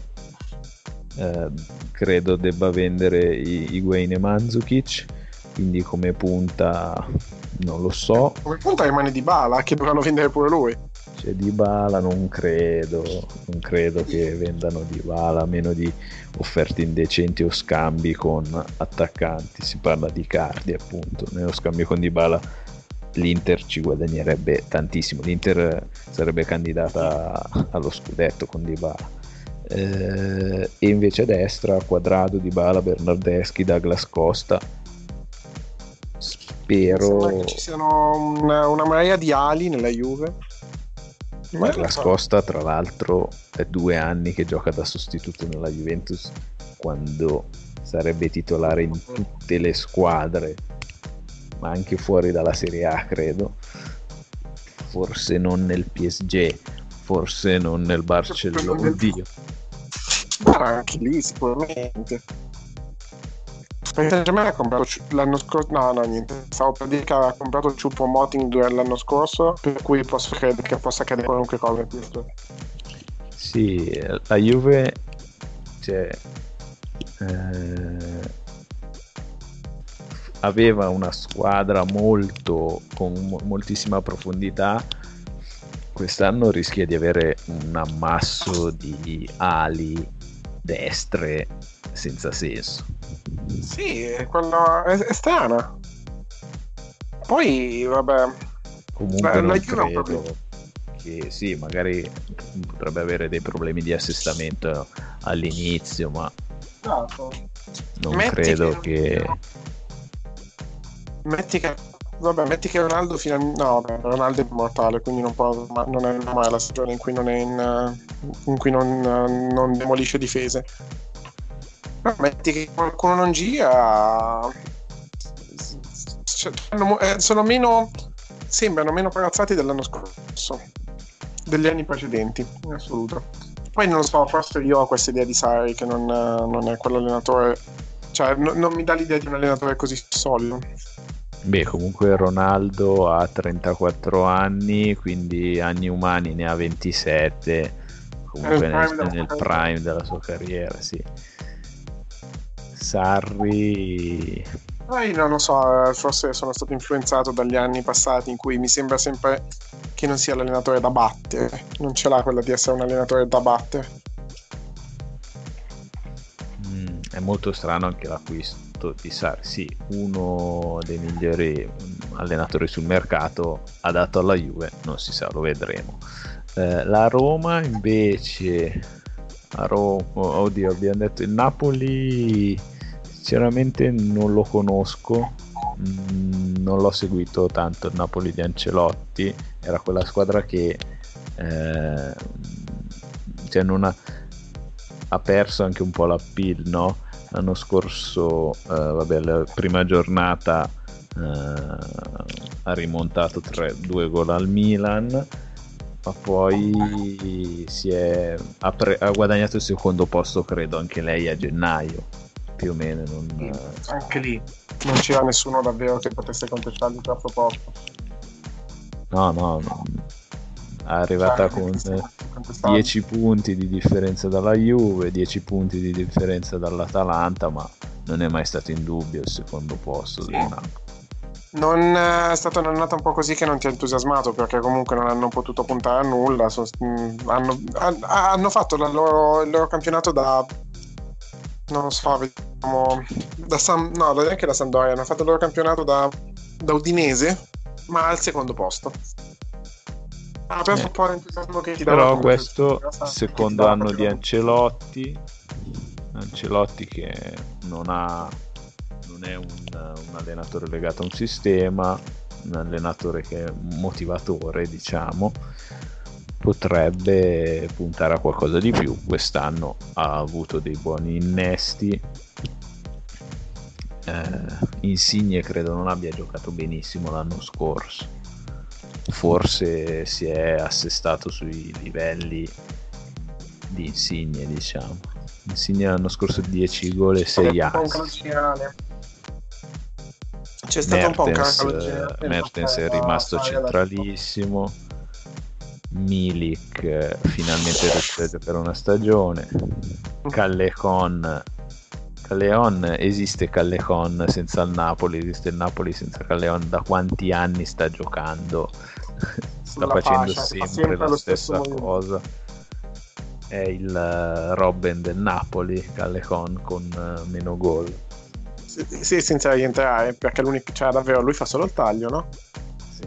credo debba vendere Higuain e Mandzukic, quindi come punta non lo so. Come punta rimane Dybala, che dovranno vendere pure lui. C'è Dybala, non credo che vendano Dybala, a meno di offerte indecenti o scambi con attaccanti. Si parla di Icardi, appunto. Nello scambio con Dybala l'Inter ci guadagnerebbe tantissimo, l'Inter sarebbe candidata allo scudetto con Dybala, e invece a destra Quadrado, Dybala, Bernardeschi, Douglas Costa. Spero che ci siano una marea di ali nella Juve. Douglas Costa, tra l'altro, è 2 anni che gioca da sostituto nella Juventus, quando sarebbe titolare in tutte le squadre, ma anche fuori dalla Serie A, credo. Forse non nel PSG, forse non nel Barcellona, oddio. Ma anche lì sicuramente. Perché ha comprato l'anno scorso, no niente, stavo per dire che aveva comprato il Choupo-Moting l'anno scorso, per cui posso credere che possa accadere qualunque cosa in questo. Sì, la Juve, cioè, aveva una squadra con moltissima profondità. Quest'anno rischia di avere un ammasso di ali destre senza senso. Sì, quello è strana. Poi vabbè, comunque non credo che sì, magari potrebbe avere dei problemi di assestamento all'inizio, ma non credo che metti che vabbè, metti che Ronaldo no, vabbè, Ronaldo è immortale, quindi non è mai la stagione in cui non demolisce difese. Però metti che qualcuno non gira, sembrano meno corazzati dell'anno scorso, degli anni precedenti, in assoluto. Poi non lo so, forse io ho questa idea di Sarri che non è quell'allenatore, cioè non mi dà l'idea di un allenatore così solido. Beh, comunque Ronaldo ha 34 anni, quindi anni umani ne ha 27, comunque nel prime della sua carriera, sì. Sarri... Non lo so, forse sono stato influenzato dagli anni passati in cui mi sembra sempre che non sia l'allenatore da battere, non ce l'ha quella di essere un allenatore da battere. È molto strano anche l'acquisto di Sarri, sì, uno dei migliori allenatori sul mercato, adatto alla Juve, non si sa, lo vedremo. La Roma invece, oddio, abbiamo detto il Napoli, sinceramente non lo conosco, non l'ho seguito tanto il Napoli di Ancelotti, era quella squadra che non ha perso anche un po' l'appeal, no? L'anno scorso, la prima giornata ha rimontato 2 gol al Milan, ma poi ha guadagnato il secondo posto, credo, anche lei a gennaio, più o meno. Anche lì non c'era nessuno davvero che potesse contestargli troppo poco. No, è arrivata con 10 punti di differenza dalla Juve, 10 punti di differenza dall'Atalanta, ma non è mai stato in dubbio il secondo posto del Napoli. Non è stata un'annata un po' così che non ti ha entusiasmato, perché comunque non hanno potuto puntare a nulla, hanno fatto il loro campionato da, non lo so, vediamo, neanche da Sampdoria, hanno fatto il loro campionato da Udinese, ma al secondo posto. Ha perso un po' l'entusiasmo che ti dava. Però questo secondo anno di Ancelotti che non è un allenatore legato a un sistema, un allenatore che è un motivatore, diciamo, potrebbe puntare a qualcosa di più. Quest'anno ha avuto dei buoni innesti. Insigne credo non abbia giocato benissimo l'anno scorso, forse si è assestato sui livelli di Insigne, diciamo. Insigne l'anno scorso 10 gol e 6 assist. C'è stato un po' un calo. Mertens è rimasto centralissimo. Milik finalmente riesce a giocare una stagione. Callejon, esiste Callejon senza il Napoli, esiste il Napoli senza Callejon. Da quanti anni sta giocando? Sta facendo sempre la stessa cosa. È il Robben del Napoli, Callejon, con meno gol. Sì, senza rientrare, perché cioè davvero lui fa solo il taglio, no? Sì.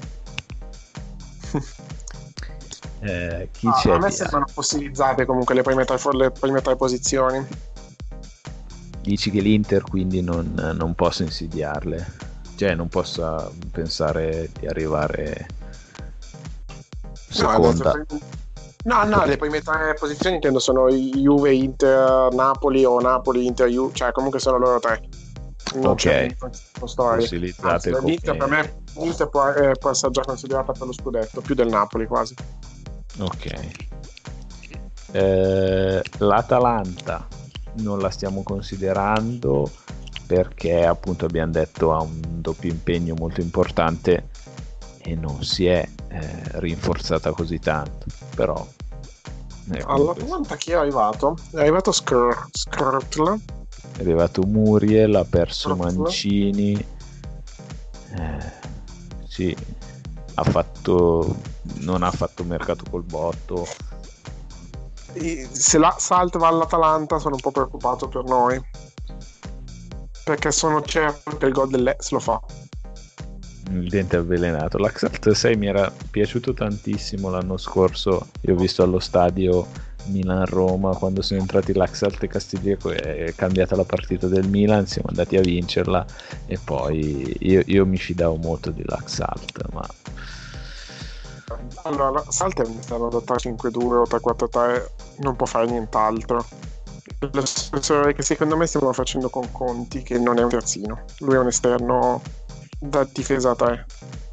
Chi c'è? A me sembrano fossilizzate comunque le prime tre posizioni. Dici che l'Inter quindi non possa insidiarle, cioè non possa pensare di arrivare seconda? No, le prime tre posizioni intendo sono Juve, Inter, Napoli o Napoli, Inter, Juve, cioè comunque sono loro tre. Ok, fossilizzate. L'Inter per me può essere già considerata per lo scudetto, più del Napoli quasi. Ok. L'Atalanta non la stiamo considerando perché appunto abbiamo detto ha un doppio impegno molto importante e non si è rinforzata così tanto, però all'Atalanta chi è arrivato? È arrivato Skrtel, è arrivato Muriel, ha perso Mancini, sì, non ha fatto mercato col botto. Se la Salt va all'Atalanta sono un po' preoccupato per noi, perché sono certo che il gol dell'Ex lo fa. Il dente avvelenato. L'Axalt 6 mi era piaciuto tantissimo l'anno scorso, io ho visto allo stadio Milan-Roma, quando sono entrati Laxalt e Castiglieco è cambiata la partita del Milan, siamo andati a vincerla e poi io mi fidavo molto di Laxalt, ma Allora, Salta mi stanno da 5-2 o 3-4-3, non può fare nient'altro. Lo stesso è che secondo me stiamo facendo con Conti, che non è un terzino, lui è un esterno da difesa a 3,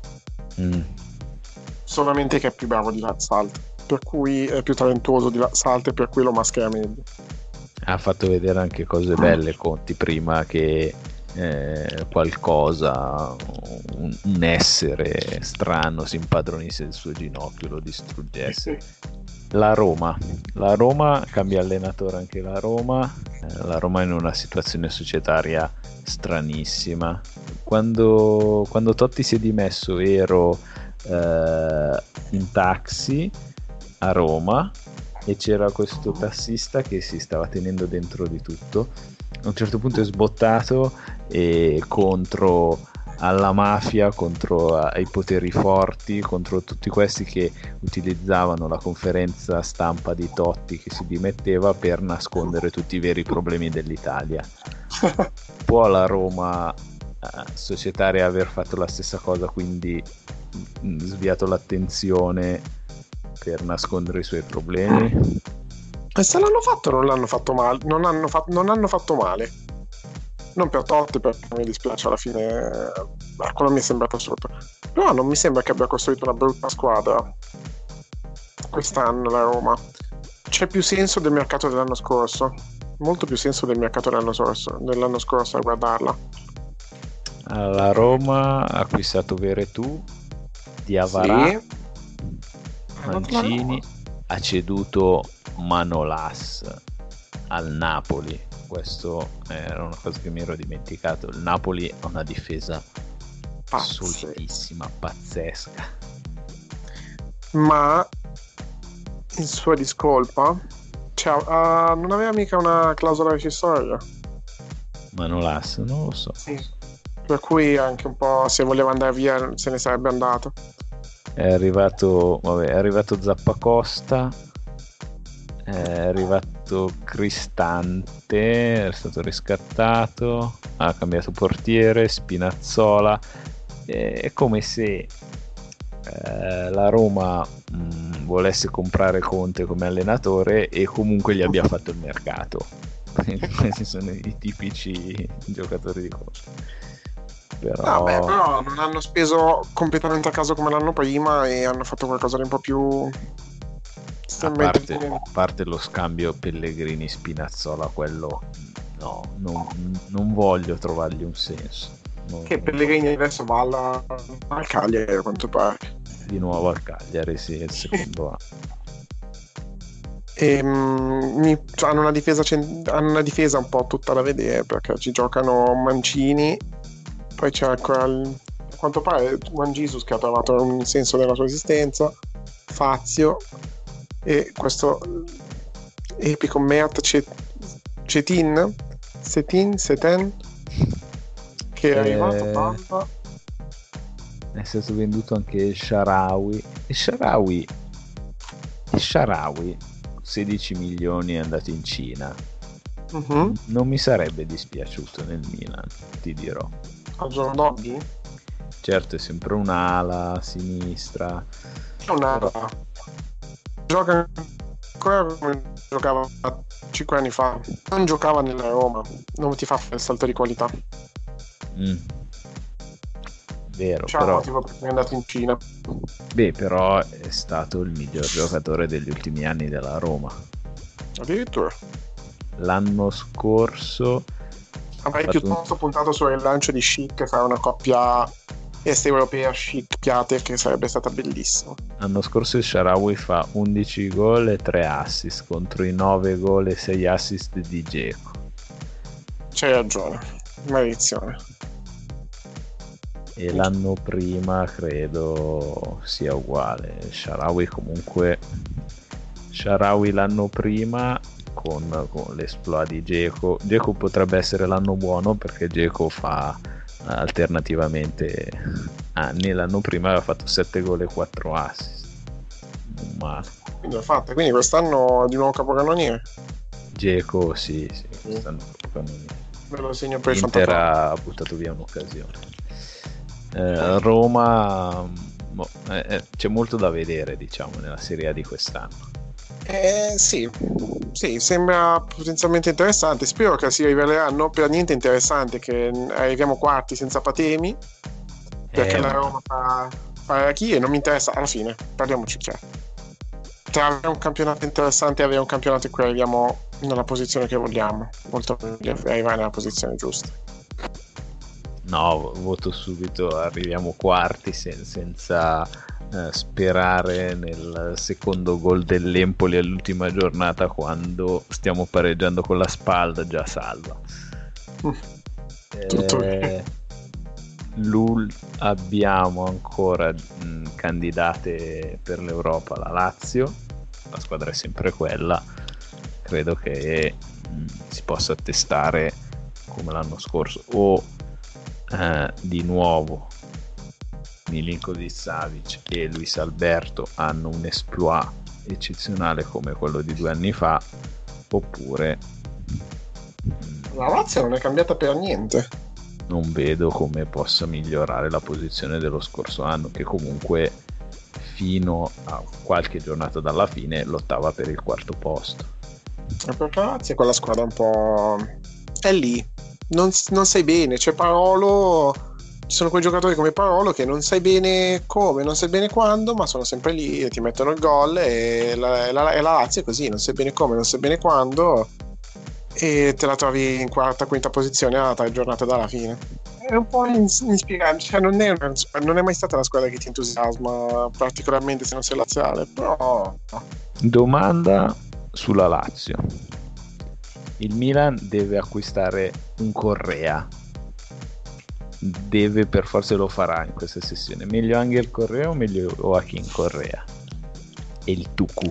solamente che è più bravo di Laxalt, per cui è più talentuoso di Laxalt e per cui lo maschera meglio. ha fatto vedere anche cose belle Conti prima che qualcosa, un essere strano si impadronisse del suo ginocchio, lo distruggesse. La Roma cambia allenatore anche la Roma è in una situazione societaria stranissima. Quando Totti si è dimesso ero in taxi a Roma e c'era questo tassista che si stava tenendo dentro di tutto. A un certo punto è sbottato e contro alla mafia, contro ai poteri forti, contro tutti questi che utilizzavano la conferenza stampa di Totti che si dimetteva per nascondere tutti i veri problemi dell'Italia. Può la Roma societaria aver fatto la stessa cosa, quindi sviato l'attenzione per nascondere i suoi problemi? E se l'hanno fatto non l'hanno fatto male, non hanno fatto male. Non per Totti, perché mi dispiace alla fine, quello mi è sembrato assurdo. Però non mi sembra che abbia costruito una brutta squadra quest'anno la Roma. C'è più senso del mercato dell'anno scorso, molto più senso del mercato dell'anno scorso a guardarla. La Roma ha acquistato Veretù, Diawara, Sì. Mancini, ha ceduto Manolas al Napoli. Questo era una cosa che mi ero dimenticato. Il Napoli ha una difesa solidissima, pazzesca, ma in sua discolpa non aveva mica una clausola rescissoria. Manolas non lo so. Sì. Per cui anche un po' se voleva andare via se ne sarebbe andato. È arrivato Zappacosta, è arrivato Cristante, è stato riscattato, ha cambiato portiere, Spinazzola. È come se la Roma volesse comprare Conte come allenatore e comunque gli abbia fatto il mercato. Questi sono i tipici giocatori di Conte. Però non hanno speso completamente a caso come l'anno prima e hanno fatto qualcosa di un po' più a parte lo scambio Pellegrini-Spinazzola, quello no, non voglio trovargli un senso. Che Pellegrini adesso va al Cagliari a quanto pare. Di nuovo al Cagliari, sì, il secondo anno. Hanno una difesa un po' tutta da vedere, perché ci giocano Mancini, poi c'è ancora a quanto pare Juan Jesus che ha trovato un senso della sua esistenza, Fazio e questo epico Mert Cetin che è arrivato Pampa. È stato venduto anche il Shaarawy. 16 milioni è andato in Cina. Non mi sarebbe dispiaciuto nel Milan, ti dirò. Al giorno d'oggi? Certo, è sempre un'ala a sinistra. Un'ala. Gioca ancora come giocava 5 anni fa. Non giocava nella Roma. Non ti fa fare il salto di qualità. Vero, c'è però un motivo perché è andato in Cina. Beh, però è stato il miglior giocatore degli ultimi anni della Roma. Addirittura. L'anno scorso avrei piuttosto puntato sul rilancio di Schick e fare una coppia est europea Schick-Piatek, che sarebbe stata bellissima. L'anno scorso il Shaarawy fa 11 gol e 3 assist contro i 9 gol e 6 assist di Dzeko. C'hai ragione, maledizione. E l'anno prima credo sia uguale. Shaarawy comunque l'anno prima con l'esploit di Dzeko potrebbe essere l'anno buono, perché Dzeko fa alternativamente anni. L'anno prima aveva fatto 7 gol e 4 assist, male. Quindi l'ha fatta, quindi quest'anno di nuovo capocannoniere. Dzeko sì, quest'anno capocannoniere. Me lo segno per il L'Inter fantasma. ha buttato via un'occasione. Roma, c'è molto da vedere, diciamo, nella Serie A di quest'anno. Sì, sembra potenzialmente interessante. Spero che si riveleranno per niente interessante, che arriviamo quarti senza patemi, perché la Roma fa chi e non mi interessa alla fine, parliamoci chiaro. Tra avere un campionato interessante e avere un campionato in cui arriviamo nella posizione che vogliamo, molto meglio arrivare nella posizione giusta. No, voto subito, arriviamo quarti senza sperare nel secondo gol dell'Empoli all'ultima giornata, quando stiamo pareggiando con la Spal già salva. Abbiamo ancora candidate per l'Europa la Lazio, la squadra è sempre quella, credo che si possa attestare come l'anno scorso, o di nuovo Milinkovic-Savic e Luis Alberto hanno un exploit eccezionale come quello di 2 anni fa, oppure la Lazio non è cambiata per niente. Non vedo come possa migliorare la posizione dello scorso anno, che comunque fino a qualche giornata dalla fine lottava per il quarto posto. Perché la Lazio è quella squadra un po' è lì, non sai bene, c'è Parolo, ci sono quei giocatori come Parolo che non sai bene come, non sai bene quando, ma sono sempre lì e ti mettono il gol, e la Lazio è così, non sai bene come, non sai bene quando, e te la trovi in quarta, quinta posizione a 3 giornate dalla fine. È un po' inspiegabile, cioè non è mai stata una squadra che ti entusiasma particolarmente se non sei laziale, però Domanda sulla Lazio: il Milan deve acquistare un Correa, deve per forza, lo farà in questa sessione. Meglio Angel Correa o meglio Joaquin Correa? E il Tucu.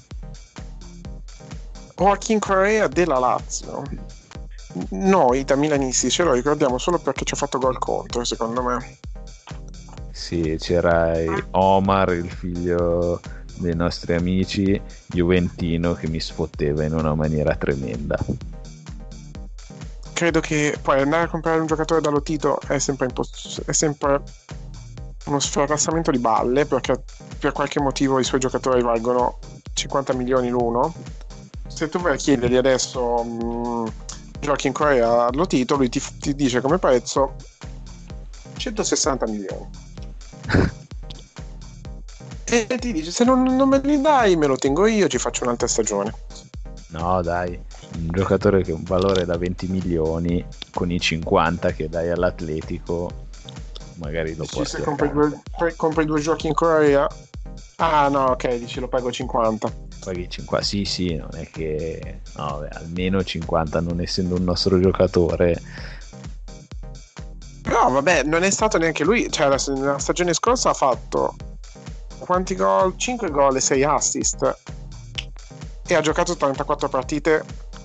Joaquin Correa della Lazio, noi da milanisti ce lo ricordiamo solo perché ci ha fatto gol contro, secondo me. Sì, c'era Omar, il figlio dei nostri amici, juventino, che mi sfotteva in una maniera tremenda. Credo che poi andare a comprare un giocatore dallo Tito è sempre uno sfrassamento di balle, perché per qualche motivo i suoi giocatori valgono 50 milioni l'uno. Se tu vai a chiedergli adesso giochi in Corea allo Tito, lui ti dice come prezzo 160 milioni. E ti dice: se non me li dai, me lo tengo io, ci faccio un'altra stagione. No, dai, un giocatore che ha un valore da 20 milioni con i 50 che dai all'Atletico, magari lo porti se a compri 2 giochi in Corea. Ah no, ok, dici lo pago 50. Paghi 50, sì, non è che no, beh, almeno 50, non essendo un nostro giocatore. Però vabbè, non è stato neanche lui, cioè nella stagione scorsa ha fatto quanti gol? 5 gol e 6 assist, e ha giocato 34 partite,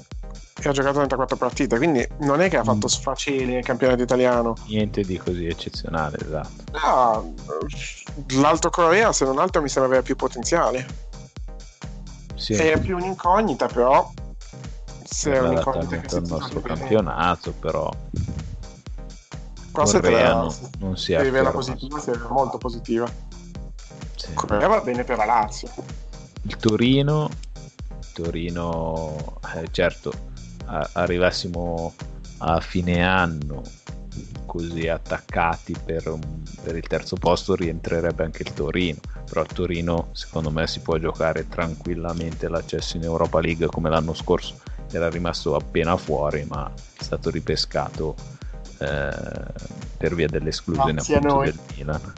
quindi non è che ha fatto sfaceli nel campionato italiano. Niente di così eccezionale, esatto. No, l'Alto Corea, se non altro, mi sembra avere più potenziale. Sì, è più un'incognita, però se è un'incognita che al nostro campionato, però cosa non si è afferma. positiva, si è molto positiva. Sì. Corea va bene per la Lazio. Il Torino, certo, arrivassimo a fine anno così attaccati per il terzo posto, rientrerebbe anche il Torino, però il Torino secondo me si può giocare tranquillamente l'accesso in Europa League come l'anno scorso. Era rimasto appena fuori, ma è stato ripescato per via dell'esclusione appunto del Milan.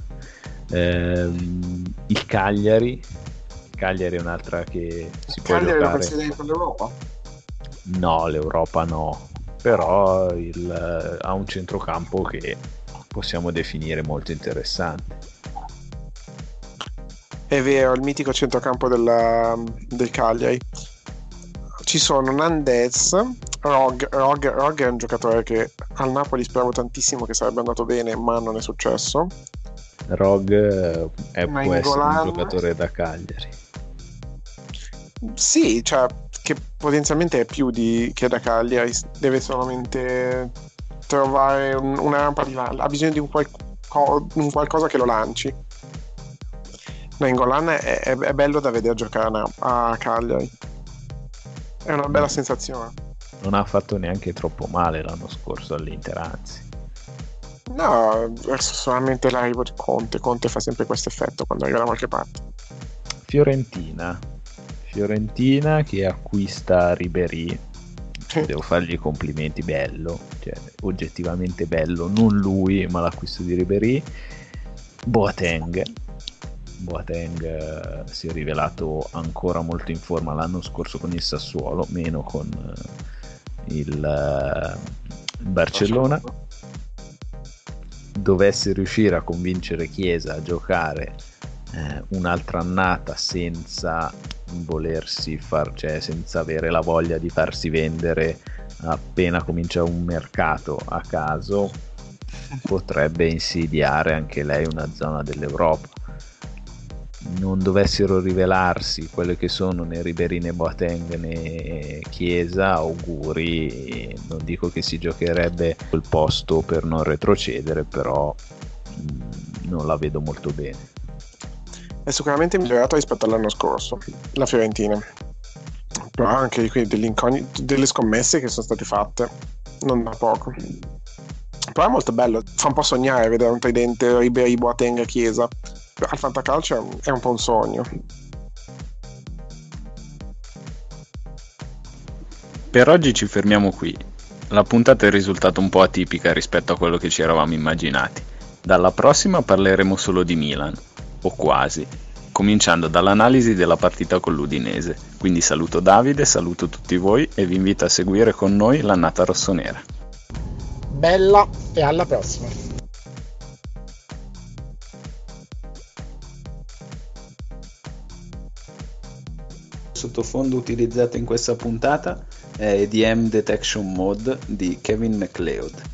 Il Cagliari è un'altra che si può giocare. Lo consideri per l'Europa? No, l'Europa no, però ha un centrocampo che possiamo definire molto interessante. È vero, il mitico centrocampo del Cagliari. Ci sono Nandez, Rog è un giocatore che al Napoli speravo tantissimo che sarebbe andato bene, ma non è successo. Rog può essere un giocatore da Cagliari. Sì, cioè, che potenzialmente è più che da Cagliari, deve solamente trovare una rampa di lancio, ha bisogno di un qualcosa che lo lanci. Nainggolan è bello da vedere giocare a Cagliari, è una bella sensazione. Non ha fatto neanche troppo male l'anno scorso all'Inter, anzi. No, verso solamente l'arrivo di Conte fa sempre questo effetto quando arriva da qualche parte. Fiorentina che acquista Ribéry, devo fargli i complimenti, bello, cioè oggettivamente bello, non lui ma l'acquisto di Ribéry. Boateng si è rivelato ancora molto in forma l'anno scorso con il Sassuolo, meno con il Barcellona. Dovesse riuscire a convincere Chiesa a giocare un'altra annata senza senza avere la voglia di farsi vendere appena comincia un mercato a caso, potrebbe insidiare anche lei una zona dell'Europa. Non dovessero rivelarsi quelle che sono né Ribéry né Boateng né Chiesa, auguri, non dico che si giocherebbe quel posto per non retrocedere, però non la vedo molto bene. È sicuramente migliorato rispetto all'anno scorso la Fiorentina, però anche qui delle scommesse che sono state fatte non da poco, però è molto bello, fa un po' sognare vedere un tridente Ribéry, Boateng, Chiesa. Al fantacalcio è un po' un sogno. Per oggi ci fermiamo qui. La puntata è risultata un po' atipica rispetto a quello che ci eravamo immaginati. Dalla prossima parleremo solo di Milan, o quasi, cominciando dall'analisi della partita con l'Udinese. Quindi saluto Davide, saluto tutti voi e vi invito a seguire con noi l'annata rossonera. Bella e alla prossima. Sottofondo utilizzato in questa puntata è EDM Detection Mode di Kevin MacLeod.